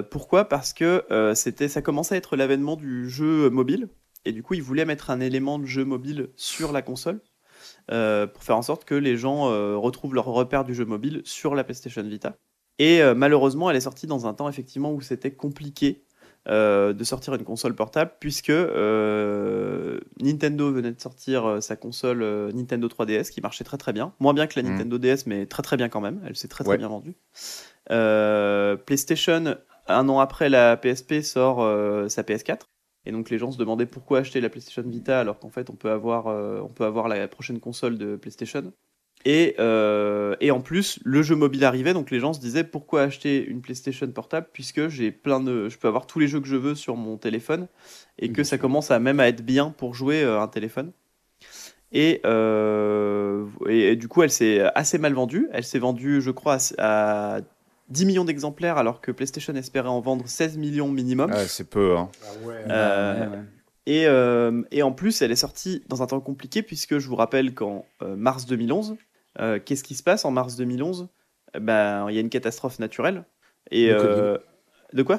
Parce que ça commençait à être l'avènement du jeu mobile. Et du coup, ils voulaient mettre un élément de jeu mobile sur la console pour faire en sorte que les gens retrouvent leur repère du jeu mobile sur la PlayStation Vita. Et malheureusement, elle est sortie dans un temps effectivement où c'était compliqué de sortir une console portable puisque Nintendo venait de sortir sa console Nintendo 3DS qui marchait très très bien, moins bien que la Nintendo DS mais très très bien quand même, elle s'est très très Ouais. bien vendue. PlayStation, un an après la PSP, sort sa PS4 et donc les gens se demandaient pourquoi acheter la PlayStation Vita alors qu'en fait on peut avoir la prochaine console de PlayStation. Et en plus, le jeu mobile arrivait, donc les gens se disaient pourquoi acheter une PlayStation portable puisque je peux avoir tous les jeux que je veux sur mon téléphone et que Bien ça sûr. commence à même à être bien pour jouer un téléphone. Et du coup, elle s'est assez mal vendue. Elle s'est vendue, je crois, à 10 millions d'exemplaires alors que PlayStation espérait en vendre 16 millions minimum. Ouais, c'est peu, hein. Et en plus, elle est sortie dans un temps compliqué, puisque je vous rappelle qu'en mars 2011, qu'est-ce qui se passe en mars 2011 ? Il y a une catastrophe naturelle. Et, Le Covid. de quoi ?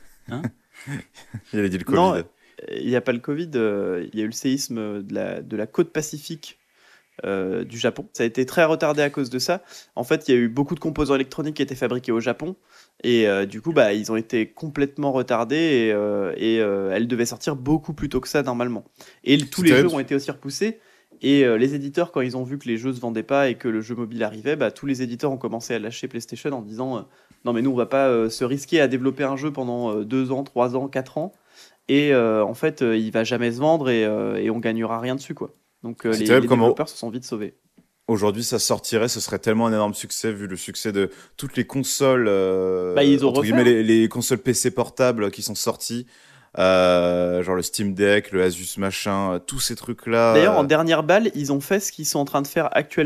Il a dit le Covid. Non, il n'y a pas le Covid, il y a eu le séisme de la côte pacifique du Japon. Ça a été très retardé à cause de ça. En fait, il y a eu beaucoup de composants électroniques qui étaient fabriqués au Japon. Et du coup, ils ont été complètement retardés et elle devait sortir beaucoup plus tôt que ça normalement. Et tous les terrible. jeux ont été aussi repoussés. Et les éditeurs, quand ils ont vu que les jeux se vendaient pas et que le jeu mobile arrivait, tous les éditeurs ont commencé à lâcher PlayStation en disant non mais nous on va pas se risquer à développer un jeu pendant 2 ans, 3 ans, 4 ans. Et en fait, il va jamais se vendre et on gagnera rien dessus quoi. Donc C'est les terrible comment- développeurs se sont vite sauvés. Aujourd'hui, ça sortirait, ce serait tellement un énorme succès vu le succès de toutes les consoles, Ils ont entre refait, guillemets, les consoles PC portables qui sont sorties, genre le Steam Deck, le Asus machin, tous ces trucs-là. D'ailleurs, en dernière balle, ils ont fait ce qu'ils sont en train de faire actuellement.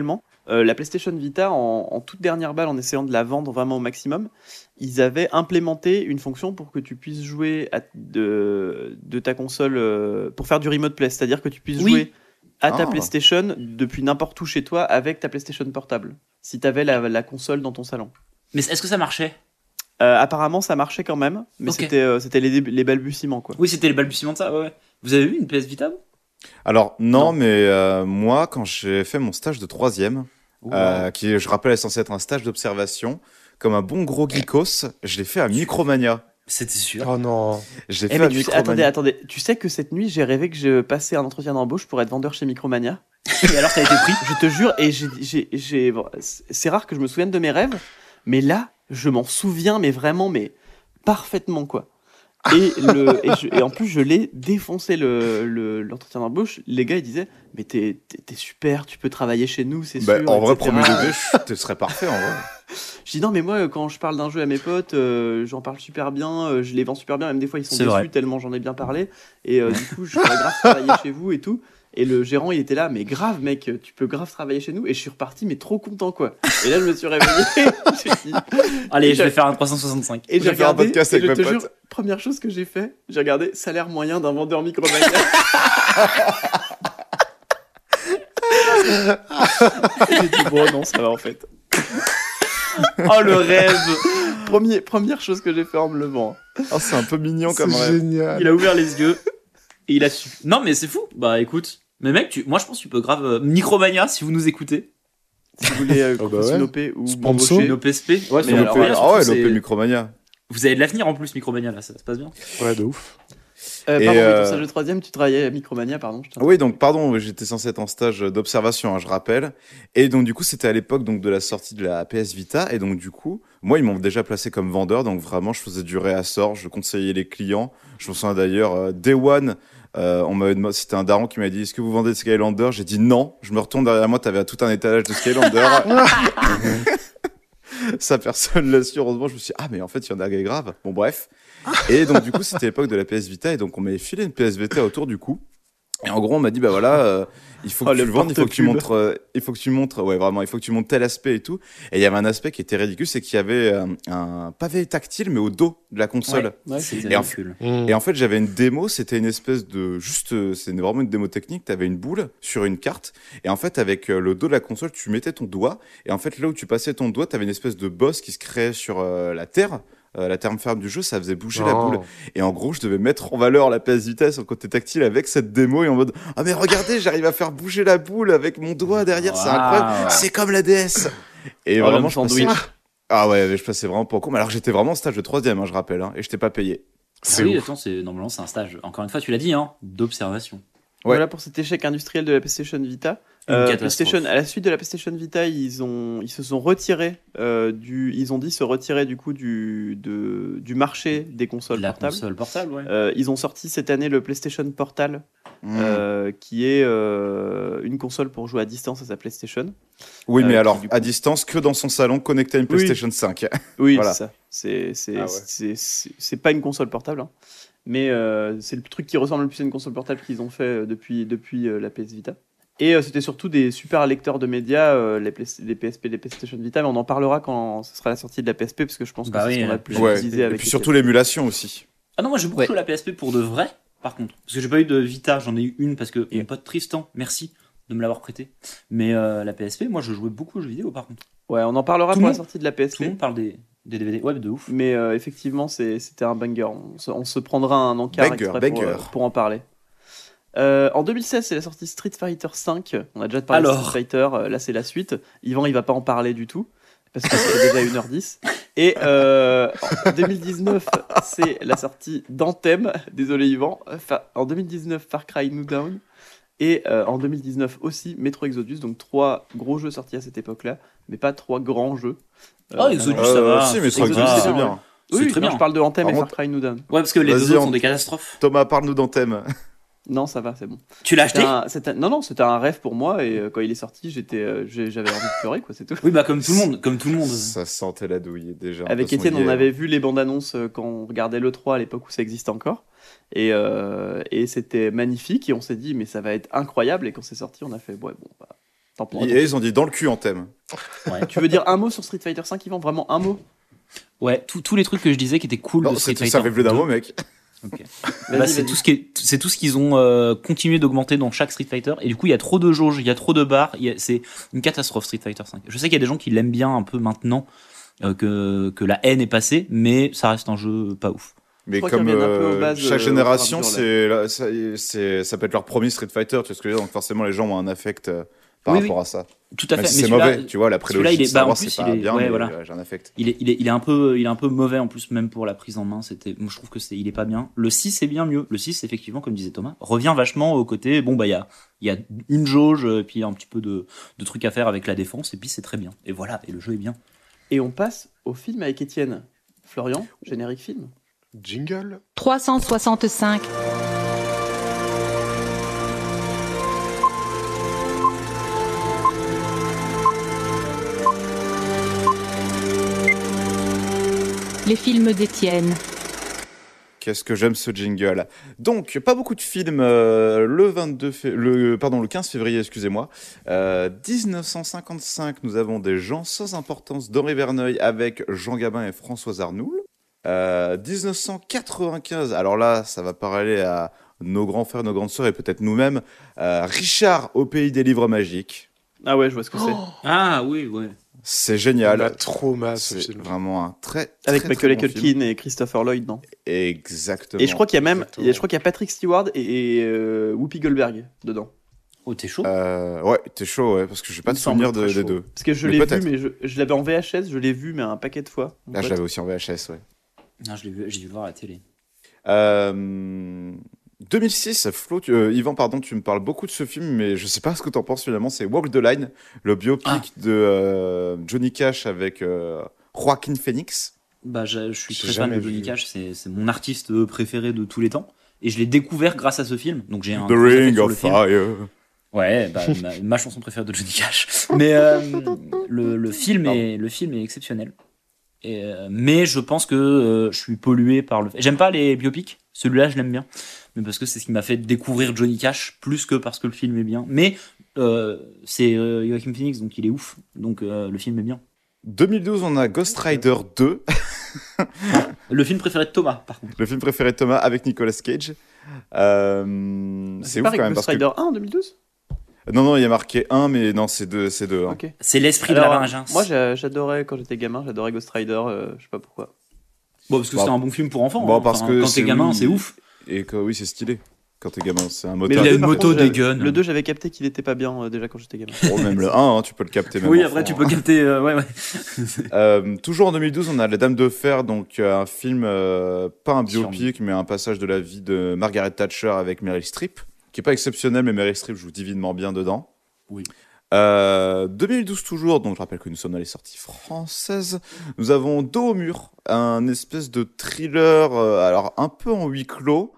la PlayStation Vita, en toute dernière balle, en essayant de la vendre vraiment au maximum, ils avaient implémenté une fonction pour que tu puisses jouer de ta console, pour faire du remote play, c'est-à-dire que tu puisses jouer à ta PlayStation depuis n'importe où chez toi avec ta PlayStation portable, si tu avais la console dans ton salon. Mais est-ce que ça marchait? Apparemment, ça marchait quand même, mais Ok. c'était les balbutiements, quoi. Oui, c'était les balbutiements de ça, ouais. Vous avez vu une PS Vita, vous? Alors, non, Non. mais moi, quand j'ai fait mon stage de troisième, qui, je rappelle, est censé être un stage d'observation, comme un bon gros geekos, je l'ai fait à Micromania. C'était sûr. Oh non. Je l'ai Eh fait mais à Micromania. attendez, tu sais que cette nuit, j'ai rêvé que je passais un entretien d'embauche pour être vendeur chez Micromania. Et alors, t'as été pris? Je te jure, et c'est rare que je me souvienne de mes rêves, mais là, je m'en souviens, mais vraiment, mais parfaitement, quoi. Et en plus, je l'ai défoncé l'entretien d'embauche. Les gars, ils disaient, mais t'es super, tu peux travailler chez nous, c'est Bah, sûr. en vrai, etc. premier degré, ce serait parfait, en vrai. Je dis non, mais moi, quand je parle d'un jeu à mes potes, j'en parle super bien, je les vends super bien, même des fois ils sont C'est déçus vrai. tellement j'en ai bien parlé. Et du coup, je pourrais grave travailler chez vous et tout. Et le gérant, il était là, mais grave, mec, tu peux grave travailler chez nous. Et je suis reparti, mais trop content, quoi. Et là, je me suis réveillé. J'ai dit- Allez, je vais faire un 365. Et j'ai vais faire un regardé, podcast et avec je mes te potes. jure, première chose que j'ai fait, j'ai regardé salaire moyen d'un vendeur Micromania. J'ai dit, bon, non, ça va en fait. Oh, le rêve! Première chose que j'ai fait en me levant. Oh, c'est un peu mignon C'est comme rêve. génial. Il a ouvert les yeux et il a su. Non, mais c'est fou. Bah, écoute. Mais mec, moi, je pense que tu peux grave. Micromania, si vous nous écoutez. Si vous voulez bah grosse ouais. Nopé ou Sponsor. m'embaucher. Nos PSP. Ouais, Mais sur alors, Micromania, Ah ouais, surtout, l'OP c'est- Micromania. Vous avez de l'avenir en plus, Micromania, là, ça se passe bien. Ouais, de ouf. Et, Pardon, oui, ton stage de troisième, tu travaillais à Micromania, pardon. je t'en- Oui, donc pardon, j'étais censé être en stage d'observation, hein, je rappelle. Et donc du coup, c'était à l'époque donc de la sortie de la PS Vita. Et donc du coup, moi, ils m'ont déjà placé comme vendeur. Donc vraiment, je faisais du réassort, je conseillais les clients. Je me souviens d'ailleurs, Day One, c'était un daron qui m'a dit, est-ce que vous vendez de Skylander? J'ai dit non. Je me retourne derrière moi, t'avais tout un étalage de Skylander. Ça, personne l'a su. Heureusement, je me suis dit, ah, mais en fait, il y en a grave. Bon, bref. Et donc, du coup, c'était l'époque de la PS Vita. Et donc, on m'avait filé une PS Vita autour du cou. Et en gros, on m'a dit, bah voilà, il faut que tu le le vendes, il faut que tu porte-pub. montres, ouais, vraiment, il faut que tu montres tel aspect et tout. Et il y avait un aspect qui était ridicule, c'est qu'il y avait un pavé tactile, mais au dos de la console. Ouais, C'était Et en ridicule. Et en fait, j'avais une démo, c'était une espèce de c'est vraiment une démo technique. T'avais une boule sur une carte, et en fait, avec le dos de la console, tu mettais ton doigt, et en fait, là où tu passais ton doigt, t'avais une espèce de bosse qui se créait sur la terre ferme du jeu, ça faisait bouger la Non. boule. Et en gros, je devais mettre en valeur la PS Vita sur le côté tactile avec cette démo et en mode ah mais regardez, j'arrive à faire bouger la boule avec mon doigt derrière, c'est Wow. incroyable, c'est comme la DS. Et Oh, vraiment, l'homme je passais... sandwich. Ah ouais, mais je passais vraiment pour con. Mais alors j'étais vraiment en stage de troisième, hein, je rappelle, hein, et je t'ai pas payé. C'est oui, ouf. attends, normalement, c'est un stage. Encore une fois, tu l'as dit, hein, d'observation. Ouais. Voilà pour cet échec industriel de la PlayStation Vita. Une catastrophe. PlayStation, à la suite de la PlayStation Vita, ils se sont retirés ils ont dit se retirer du coup du marché des consoles La portables. console portable, ouais. Ils ont sorti cette année le PlayStation Portal, qui est une console pour jouer à distance à sa PlayStation. Oui, mais qui, alors, du coup- à distance, que dans son salon, connecté à une Oui. PlayStation 5. Oui, Voilà. c'est ça. C'est Ah ouais. c'est pas une console portable, hein. Mais c'est le truc qui ressemble le plus à une console portable qu'ils ont fait depuis la PS Vita. Et c'était surtout des super lecteurs de médias, les PSP, les PlayStation Vita, mais on en parlera quand ce sera la sortie de la PSP, parce que je pense que Bah c'est oui, ce qu'on va la le plus Ouais. utiliser Et avec puis les surtout l'émulation aussi. Ah non, moi j'ai beaucoup joué à la PSP pour de vrai, par contre. Parce que j'ai pas eu de Vita, j'en ai eu une parce que mon pote Tristan, merci de me l'avoir prêté. Mais la PSP, moi je jouais beaucoup aux jeux vidéo par contre. Ouais, on en parlera Tout pour le la monde- sortie de la Tout le PSP. monde parle des DVD. Ouais, de ouf. Mais effectivement, c'était un banger. On se prendra un encart Banger, exprès banger. pour en parler. En 2016, c'est la sortie Street Fighter V. On a déjà parlé de Alors. Street Fighter. Là, c'est la suite. Yvan, il va pas en parler du tout. Parce que c'est déjà 1h10. Et en 2019, c'est la sortie d'Anthem. Désolé, Yvan. En 2019, Far Cry New Dawn. Et en 2019 aussi, Metro Exodus. Donc 3 gros jeux sortis à cette époque-là. Mais pas 3 grands jeux. Oh, Exodus, ça va. Si, mais Exodus, Exodus, c'est c'est bien, bien. C'est Oui, très non, bien. je parle de Anthem Par et Far contre- Cry New Dawn. Ouais, parce que les Vas-y, deux autres on- sont des catastrophes. Thomas, parle-nous d'Anthem. Non, ça va, c'est bon. Tu l'as acheté? Non, c'était un rêve pour moi et quand il est sorti, j'avais envie de pleurer, quoi, c'est tout. Oui, bah comme tout le monde, comme tout le monde. Ça sentait la douille déjà. De Avec toute façon, Étienne, on hier. avait vu les bandes annonces quand on regardait l'E3 à l'époque où ça existait encore. Et c'était magnifique et on s'est dit, mais ça va être incroyable. Et quand c'est sorti, on a fait, ouais, bon, bah, Tant pis. Et ils ont dit dans le cul en thème. Tu veux dire un mot sur Street Fighter 5, Yvan? Vraiment un mot? Ouais, tous les trucs que je disais qui étaient cool Non, de Street Fighter. ça fait plus d'un 2. mot, mec. Ok. Vas-y, Bah, c'est vas-y. tout ce qu'ils ont continué d'augmenter dans chaque Street Fighter. Et du coup, il y a trop de jauges, il y a trop de barres. C'est une catastrophe, Street Fighter 5. Je sais qu'il y a des gens qui l'aiment bien un peu maintenant, que la haine est passée, mais ça reste un jeu pas ouf. Mais crois comme qu'ils reviennent un peu aux bases, chaque au génération, fur et à ça peut être leur premier Street Fighter, tu vois ce que je veux dire. Donc forcément, les gens ont un affect par Oui, rapport à ça. Tout à Même fait. si c'est celui-là- mauvais, tu vois, la celui-là, prélogie il de est, bah, Star en Wars, plus, c'est il pas est, bien, ouais, mais voilà. j'ai un affect. Il est un peu mauvais en plus, même pour la prise en main. Moi, je trouve que il est pas bien. Le 6 est bien mieux. Le 6, effectivement, comme disait Thomas, revient vachement au côté. Bon, bah, il y a une jauge, puis un petit peu de trucs à faire avec la défense, et puis c'est très bien. Et voilà, et le jeu est bien. Et on passe au film avec Étienne. Florian, générique film. Jingle. 365. Les films d'Étienne. Qu'est-ce que j'aime ce jingle. Donc, pas beaucoup de films le 15 février, excusez-moi. 1955, nous avons Des gens sans importance d'Henri Verneuil avec Jean Gabin et Françoise Arnoul. 1995, alors là, ça va parler à nos grands frères, nos grandes sœurs et peut-être nous-mêmes. Richard au pays des livres magiques. Ah ouais, je vois ce que c'est. Ah oui, ouais. C'est Il génial. m'a trop mal ce C'est film. vraiment un très Avec très, Macaulay très bon film. Culkin et Christopher Lloyd, non? Exactement. Et je crois qu'il y a même, Exactement. je crois qu'il y a Patrick Stewart et Whoopi Goldberg dedans. Oh, t'es chaud? Ouais, t'es chaud, ouais, parce que j'ai pas Il de me semble souvenir très des chaud. deux. Parce que je Mais l'ai peut-être. vu, mais je l'avais en VHS, je l'ai vu, mais un paquet de fois. Là, je l'avais aussi en VHS, ouais. Non, j'ai dû le voir à la télé. 2006, Flo, Yvan, pardon, tu me parles beaucoup de ce film, mais je sais pas ce que t'en penses finalement. C'est Walk the Line, le biopic de Johnny Cash avec Joaquin Phoenix. Bah, je suis J'ai très fan jamais de Johnny vu. Cash, c'est mon artiste préféré de tous les temps. Et je l'ai découvert grâce à ce film. Donc j'ai un The gros affect Ring sur of le film. Fire. Ouais, bah, ma chanson préférée de Johnny Cash. Mais le film est exceptionnel. Mais je pense que je suis pollué par le. J'aime pas les biopics. Celui-là, je l'aime bien, mais parce que c'est ce qui m'a fait découvrir Johnny Cash plus que parce que le film est bien. Mais c'est Joaquin Phoenix, donc il est ouf. Donc le film est bien. 2012, on a Ghost Rider 2, Le film préféré de Thomas, par contre. le film préféré de Thomas avec Nicolas Cage. C'est ouf pas quand même Ghost parce que... Rider 1 en 2012? Non, il y a marqué 1, mais non, c'est 2. Hein. Ok. C'est l'esprit de Alors, la vengeance. moi, j'adorais quand j'étais gamin, j'adorais Ghost Rider, je sais pas pourquoi. Bon, parce que Bon, c'est un bon film pour enfants. bon, hein. parce Enfin, que quand c'est- t'es gamin, oui. c'est ouf. Et que oui, c'est stylé. Quand t'es gamin, c'est un Mais moteur. il a le une deux, par moto, contre, des j'avais- guns. Le 2, j'avais capté qu'il était pas bien déjà quand j'étais gamin. Oh, même le 1, hein, tu peux le capter même Oui, enfant, après tu hein. peux capter. Ouais. Toujours en 2012, on a La Dame de Fer, donc un film, pas un Sur- biopic, mais un passage de la vie de Margaret Thatcher avec Meryl Streep, qui est pas exceptionnel, mais Meryl Streep joue divinement bien dedans. Oui. 2012 toujours, donc je rappelle que nous sommes dans les sorties françaises. Nous avons Dos au mur, un espèce de thriller, alors un peu en huis clos.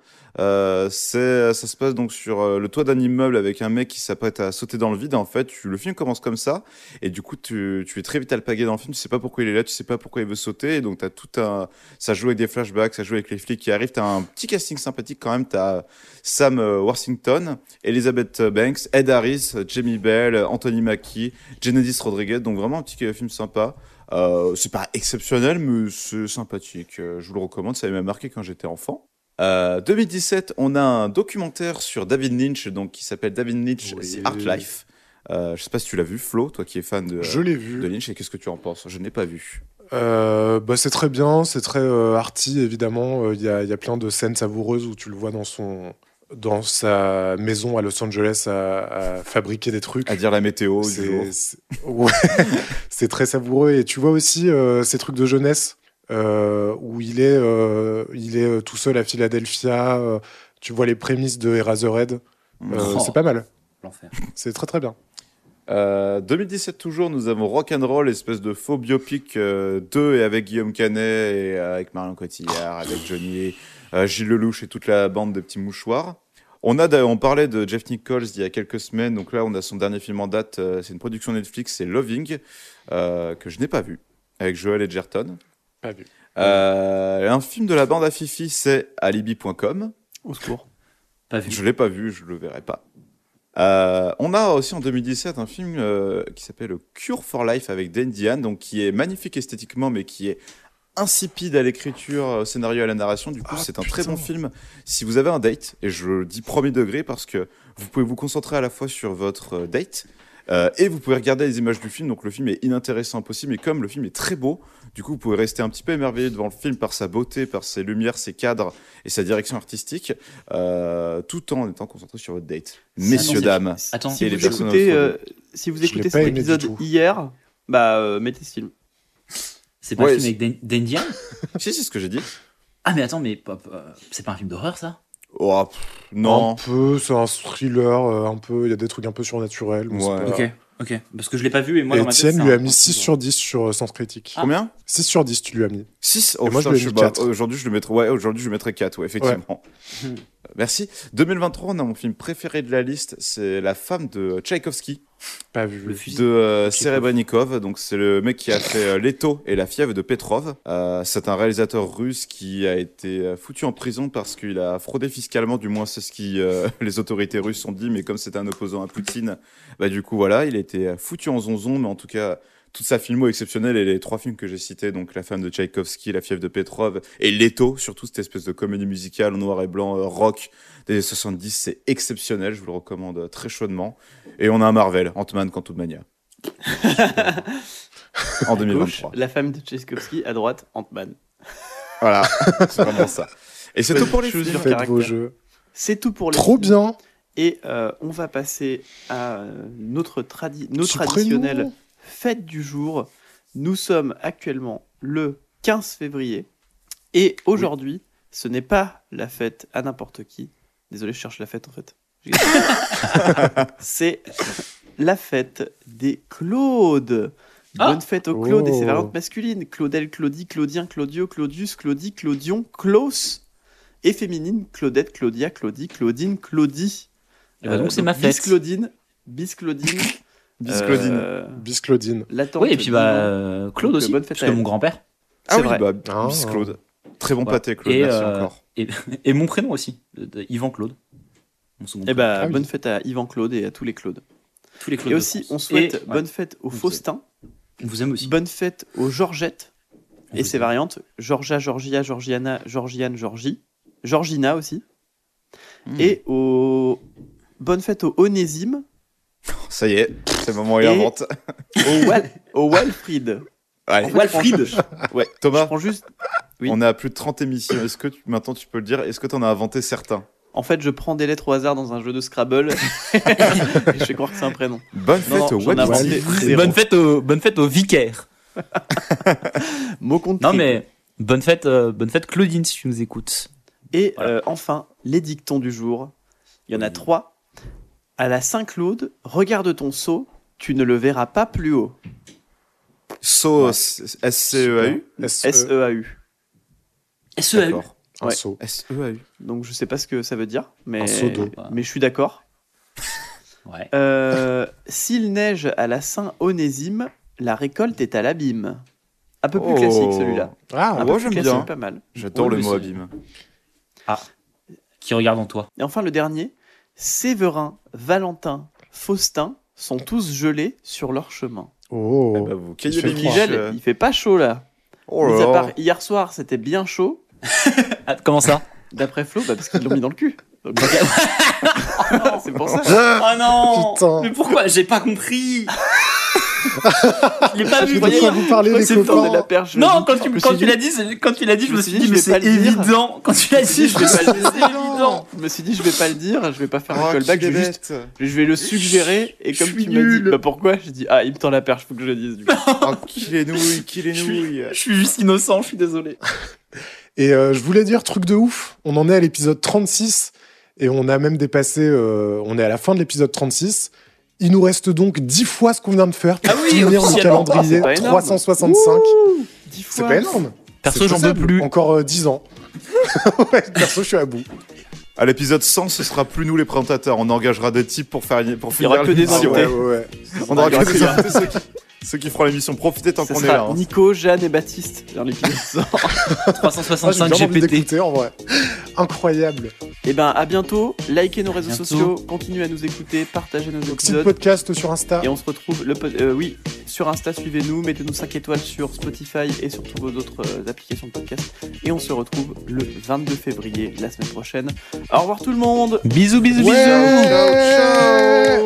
Ça se passe donc sur le toit d'un immeuble avec un mec qui s'apprête à sauter dans le vide. Et en fait, le film commence comme ça, et du coup, tu es très vite alpagué dans le film. Tu sais pas pourquoi il est là, tu sais pas pourquoi il veut sauter. Et donc, ça joue avec des flashbacks, ça joue avec les flics qui arrivent. T'as un petit casting sympathique quand même. T'as Sam Worthington, Elizabeth Banks, Ed Harris, Jamie Bell, Anthony Mackie, Genesis Rodriguez. Donc vraiment un petit film sympa. C'est pas exceptionnel, mais c'est sympathique. Je vous le recommande. Ça m'a marqué quand j'étais enfant. 2017, on a un documentaire sur David Lynch, donc qui s'appelle David Lynch, Oui. c'est Art Life. Je sais pas si tu l'as vu, Flo, toi qui es fan Je l'ai de vu. Lynch, et qu'est-ce que tu en penses? Je n'ai pas vu. Bah, c'est très bien, c'est très arty, évidemment. Il y a plein de scènes savoureuses où tu le vois dans sa maison à Los Angeles à fabriquer des trucs. À dire la météo du jour. Ouais, c'est très savoureux. Et tu vois aussi ces trucs de jeunesse où il est tout seul à Philadelphia. Tu vois les prémices de Eraserhead. Oh. C'est pas mal. L'enfer. C'est très très bien. 2017 toujours, nous avons Rock'n'Roll, espèce de faux biopic 2 et avec Guillaume Canet et avec Marion Cotillard, avec Johnny, Gilles Lelouch et toute la bande de petits mouchoirs. On parlait de Jeff Nichols il y a quelques semaines, donc là on a son dernier film en date, c'est une production Netflix, c'est Loving, que je n'ai pas vu, avec Joel Edgerton. Pas vu. Un film de la bande à Fifi, c'est Alibi.com. Au secours. Pas vu. Je l'ai pas vu, je le verrai pas. On a aussi en 2017 un film qui s'appelle Cure for Life avec Dane DeHaan, donc qui est magnifique esthétiquement, mais qui est insipide à l'écriture, au scénario et à la narration. Du coup, c'est un très bon film si vous avez un date, et je le dis premier degré parce que vous pouvez vous concentrer à la fois sur votre date et vous pouvez regarder les images du film. Donc le film est inintéressant possible, mais comme le film est très beau, du coup vous pouvez rester un petit peu émerveillé devant le film par sa beauté, par ses lumières, ses cadres et sa direction artistique, tout en étant concentré sur votre date. Messieurs, dames. Attends, Si Et les vous personnes écoutez, si vous Je l'ai écoutez pas cet aimé du épisode tout. hier, mettez ce film. c'est pas Ouais, un film avec d'Indian? Si, c'est ce que j'ai dit. Ah, mais attends, mais c'est pas un film d'horreur, ça? Oh, non. Un peu, c'est un thriller, un peu, il y a des trucs un peu surnaturels. mais Ouais. c'est pas- Ok, ok. Parce que je l'ai pas vu et moi, Et dans ma tête, Étienne c'est lui un- a mis 6 sur 10 sur Sens Critique. Ah. Combien 6 sur 10, tu lui as mis. 6. Et moi, je lui ai mis 4. Aujourd'hui, je le mettrais 4, ouais, effectivement. Merci. 2023, on a mon film préféré de la liste, c'est La femme de Tchaïkovski, Pas vu. Le fusil. de Serebrennikov. Donc, c'est le mec qui a fait Leto et La fièvre de Petrov. C'est un réalisateur russe qui a été foutu en prison parce qu'il a fraudé fiscalement, du moins c'est ce que les autorités russes ont dit, mais comme c'est un opposant à Poutine, bah du coup voilà, il a été foutu en zonzon, mais en tout cas, toute sa filmo exceptionnelle et les 3 films que j'ai cités, donc La femme de Tchaïkovski, La fièvre de Petrov et Leto, surtout cette espèce de comédie musicale en noir et blanc, rock des années 70, c'est exceptionnel, je vous le recommande très chaudement. Et on a un Marvel, Ant-Man Quantumania. En À gauche, 2023. la femme de Tchaïkovski, à droite, Ant-Man. Voilà, c'est vraiment ça. Et c'est tout pour les Je vous films. jure. Faites vos caractère. jeux. C'est tout pour les Trop films. bien. Et on va passer à notre Petit traditionnelle prénom. fête du jour. Nous sommes actuellement le 15 février. Et aujourd'hui, ce n'est pas la fête à n'importe qui. Désolé, je cherche la fête en fait. C'est la fête des Claudes. Ah. Bonne fête aux Claudes et ses Oh. variantes masculines. Claudel, Claudie, Claudien, Claudio, Claudius, Claudie, Claudion, Klaus. Et féminine, Claudette, Claudia, Claudie, Claudine, Claudie. Eh ben donc, c'est ma fête. Bis-Claudine. Bis-Claudine. Bis Claudine. Bis Claudine. L'attente Oui, et puis d'Yvan. Claude Donc, aussi, bonne fête parce à que elle. mon grand-père. Ah c'est oui, vrai. bah, Ah. bis Claude. Très bon Ouais. pâté, Claude. Et, Merci encore. et mon prénom aussi, de Yvan Claude. Mon second Eh ben, Ah oui. bonne fête à Yvan Claude et à tous les Claudes. prénom. Tous les Claudes Et de aussi, France. on souhaite Et- bonne fête aux On vous Faustins, On vous aime aussi. bonne fête aux Georgettes On et vous ses aime. variantes Georgia, Georgia, Georgiana, Georgiane, Georgie, Georgina aussi. Hmm. Et aux bonne fête au Onésime, Ça y est, c'est le moment où il Et- invente. au Walfried. Allez, En fait, Walfried. Ouais, je Thomas, prends juste. Oui. on est à plus de 30 émissions. Est-ce que maintenant tu peux le dire? Est-ce que tu en as inventé certains? En fait, je prends des lettres au hasard dans un jeu de Scrabble et je fais croire que c'est un prénom. Bonne Non, fête non, au j'en ai Wabi. inventé Walfried. zéro. Bonne fête au vicaire. Mot contre Non triple. mais bonne fête Claudine si tu nous écoutes. Et Voilà. enfin, les dictons du jour. Il y en a 3. À la Saint-Claude, regarde ton seau, tu ne le verras pas plus haut. So, Ouais. S-C-E-A-U? S-E-A-U. SEAU. D'accord. Un Ouais. saut. S-E-A-U. Donc je sais pas ce que ça veut dire, mais, Un seau d'eau. mais je suis d'accord. Ouais. S'il neige à la Saint-Onésime, la récolte est à l'abîme. Un peu plus Oh. classique celui-là. Ah, Un peu ouais, plus j'aime classique, bien. pas mal. J'adore Oui, le mais mot c'est- abîme. Qui regarde en toi. Et enfin le dernier, Séverin, Valentin, Faustin sont tous gelés sur leur chemin. oh. Eh ben, vous cueillez Il fait les Il froid. miches. gèle, il fait pas chaud là. Oh Mis là à là. part hier soir, c'était bien chaud. Ah, comment ça? D'après Flo, bah parce qu'ils l'ont mis dans le cul. Donc, c'est pour ça. Oh non! Putain. Mais pourquoi? J'ai pas compris! Je l'ai pas vu De voyez, quoi vous parlez, les C'est le temps de la copains? perche. Non, quand Je tu me suis dit- l'as dit, je me suis dit, je mais vais pas c'est le dire. évident. Quand tu l'as dit, je je vais pas le c'est évident. Je me suis dit, je vais pas le dire, je vais pas faire Oh, un callback, je qu'il est vais, juste, bête. je vais le suggérer. Et comme Je suis tu m'as dit, nul. bah pourquoi j'ai dit, ah, il me tend la perche, faut que je le dise. Du coup. Oh, qu'il est nouille, qu'il est nouille. Je suis juste innocent, je suis désolé. Et je voulais dire, truc de ouf, on en est à l'épisode 36 et on a même dépassé, on est à la fin de l'épisode 36. Il nous reste donc 10 fois ce qu'on vient de faire pour Ah oui, finir le officiellement. calendrier C'est pas énorme. 365. 10 C'est fois. pas énorme. Perso, C'est j'en peux faisable. plus. Encore 10 ans. Ouais, perso, je suis à bout. À l'épisode 100, ce sera plus nous les présentateurs. On engagera des types pour Il y finir aura que des l'émission. invités. Ouais. On aura Il y aura que que des des invités, ceux qui feront l'émission. Profitez tant Ça qu'on est sera là. hein. Nico, Jeanne et Baptiste dans l'épisode 100. Ah, j'ai 365 bien envie GPT. d'écouter en vrai. Incroyable. Et ben à bientôt, likez nos réseaux Bientôt. sociaux, continuez à nous écouter, partagez nos Donc, c'est le épisodes. podcast sur Insta. Et on se retrouve sur Insta, suivez-nous, mettez-nous 5 étoiles sur Spotify et sur toutes vos autres applications de podcast. Et on se retrouve le 22 février, la semaine prochaine. Au revoir tout le monde. Bisous, bisous, Ouais. bisous. Ciao, ciao.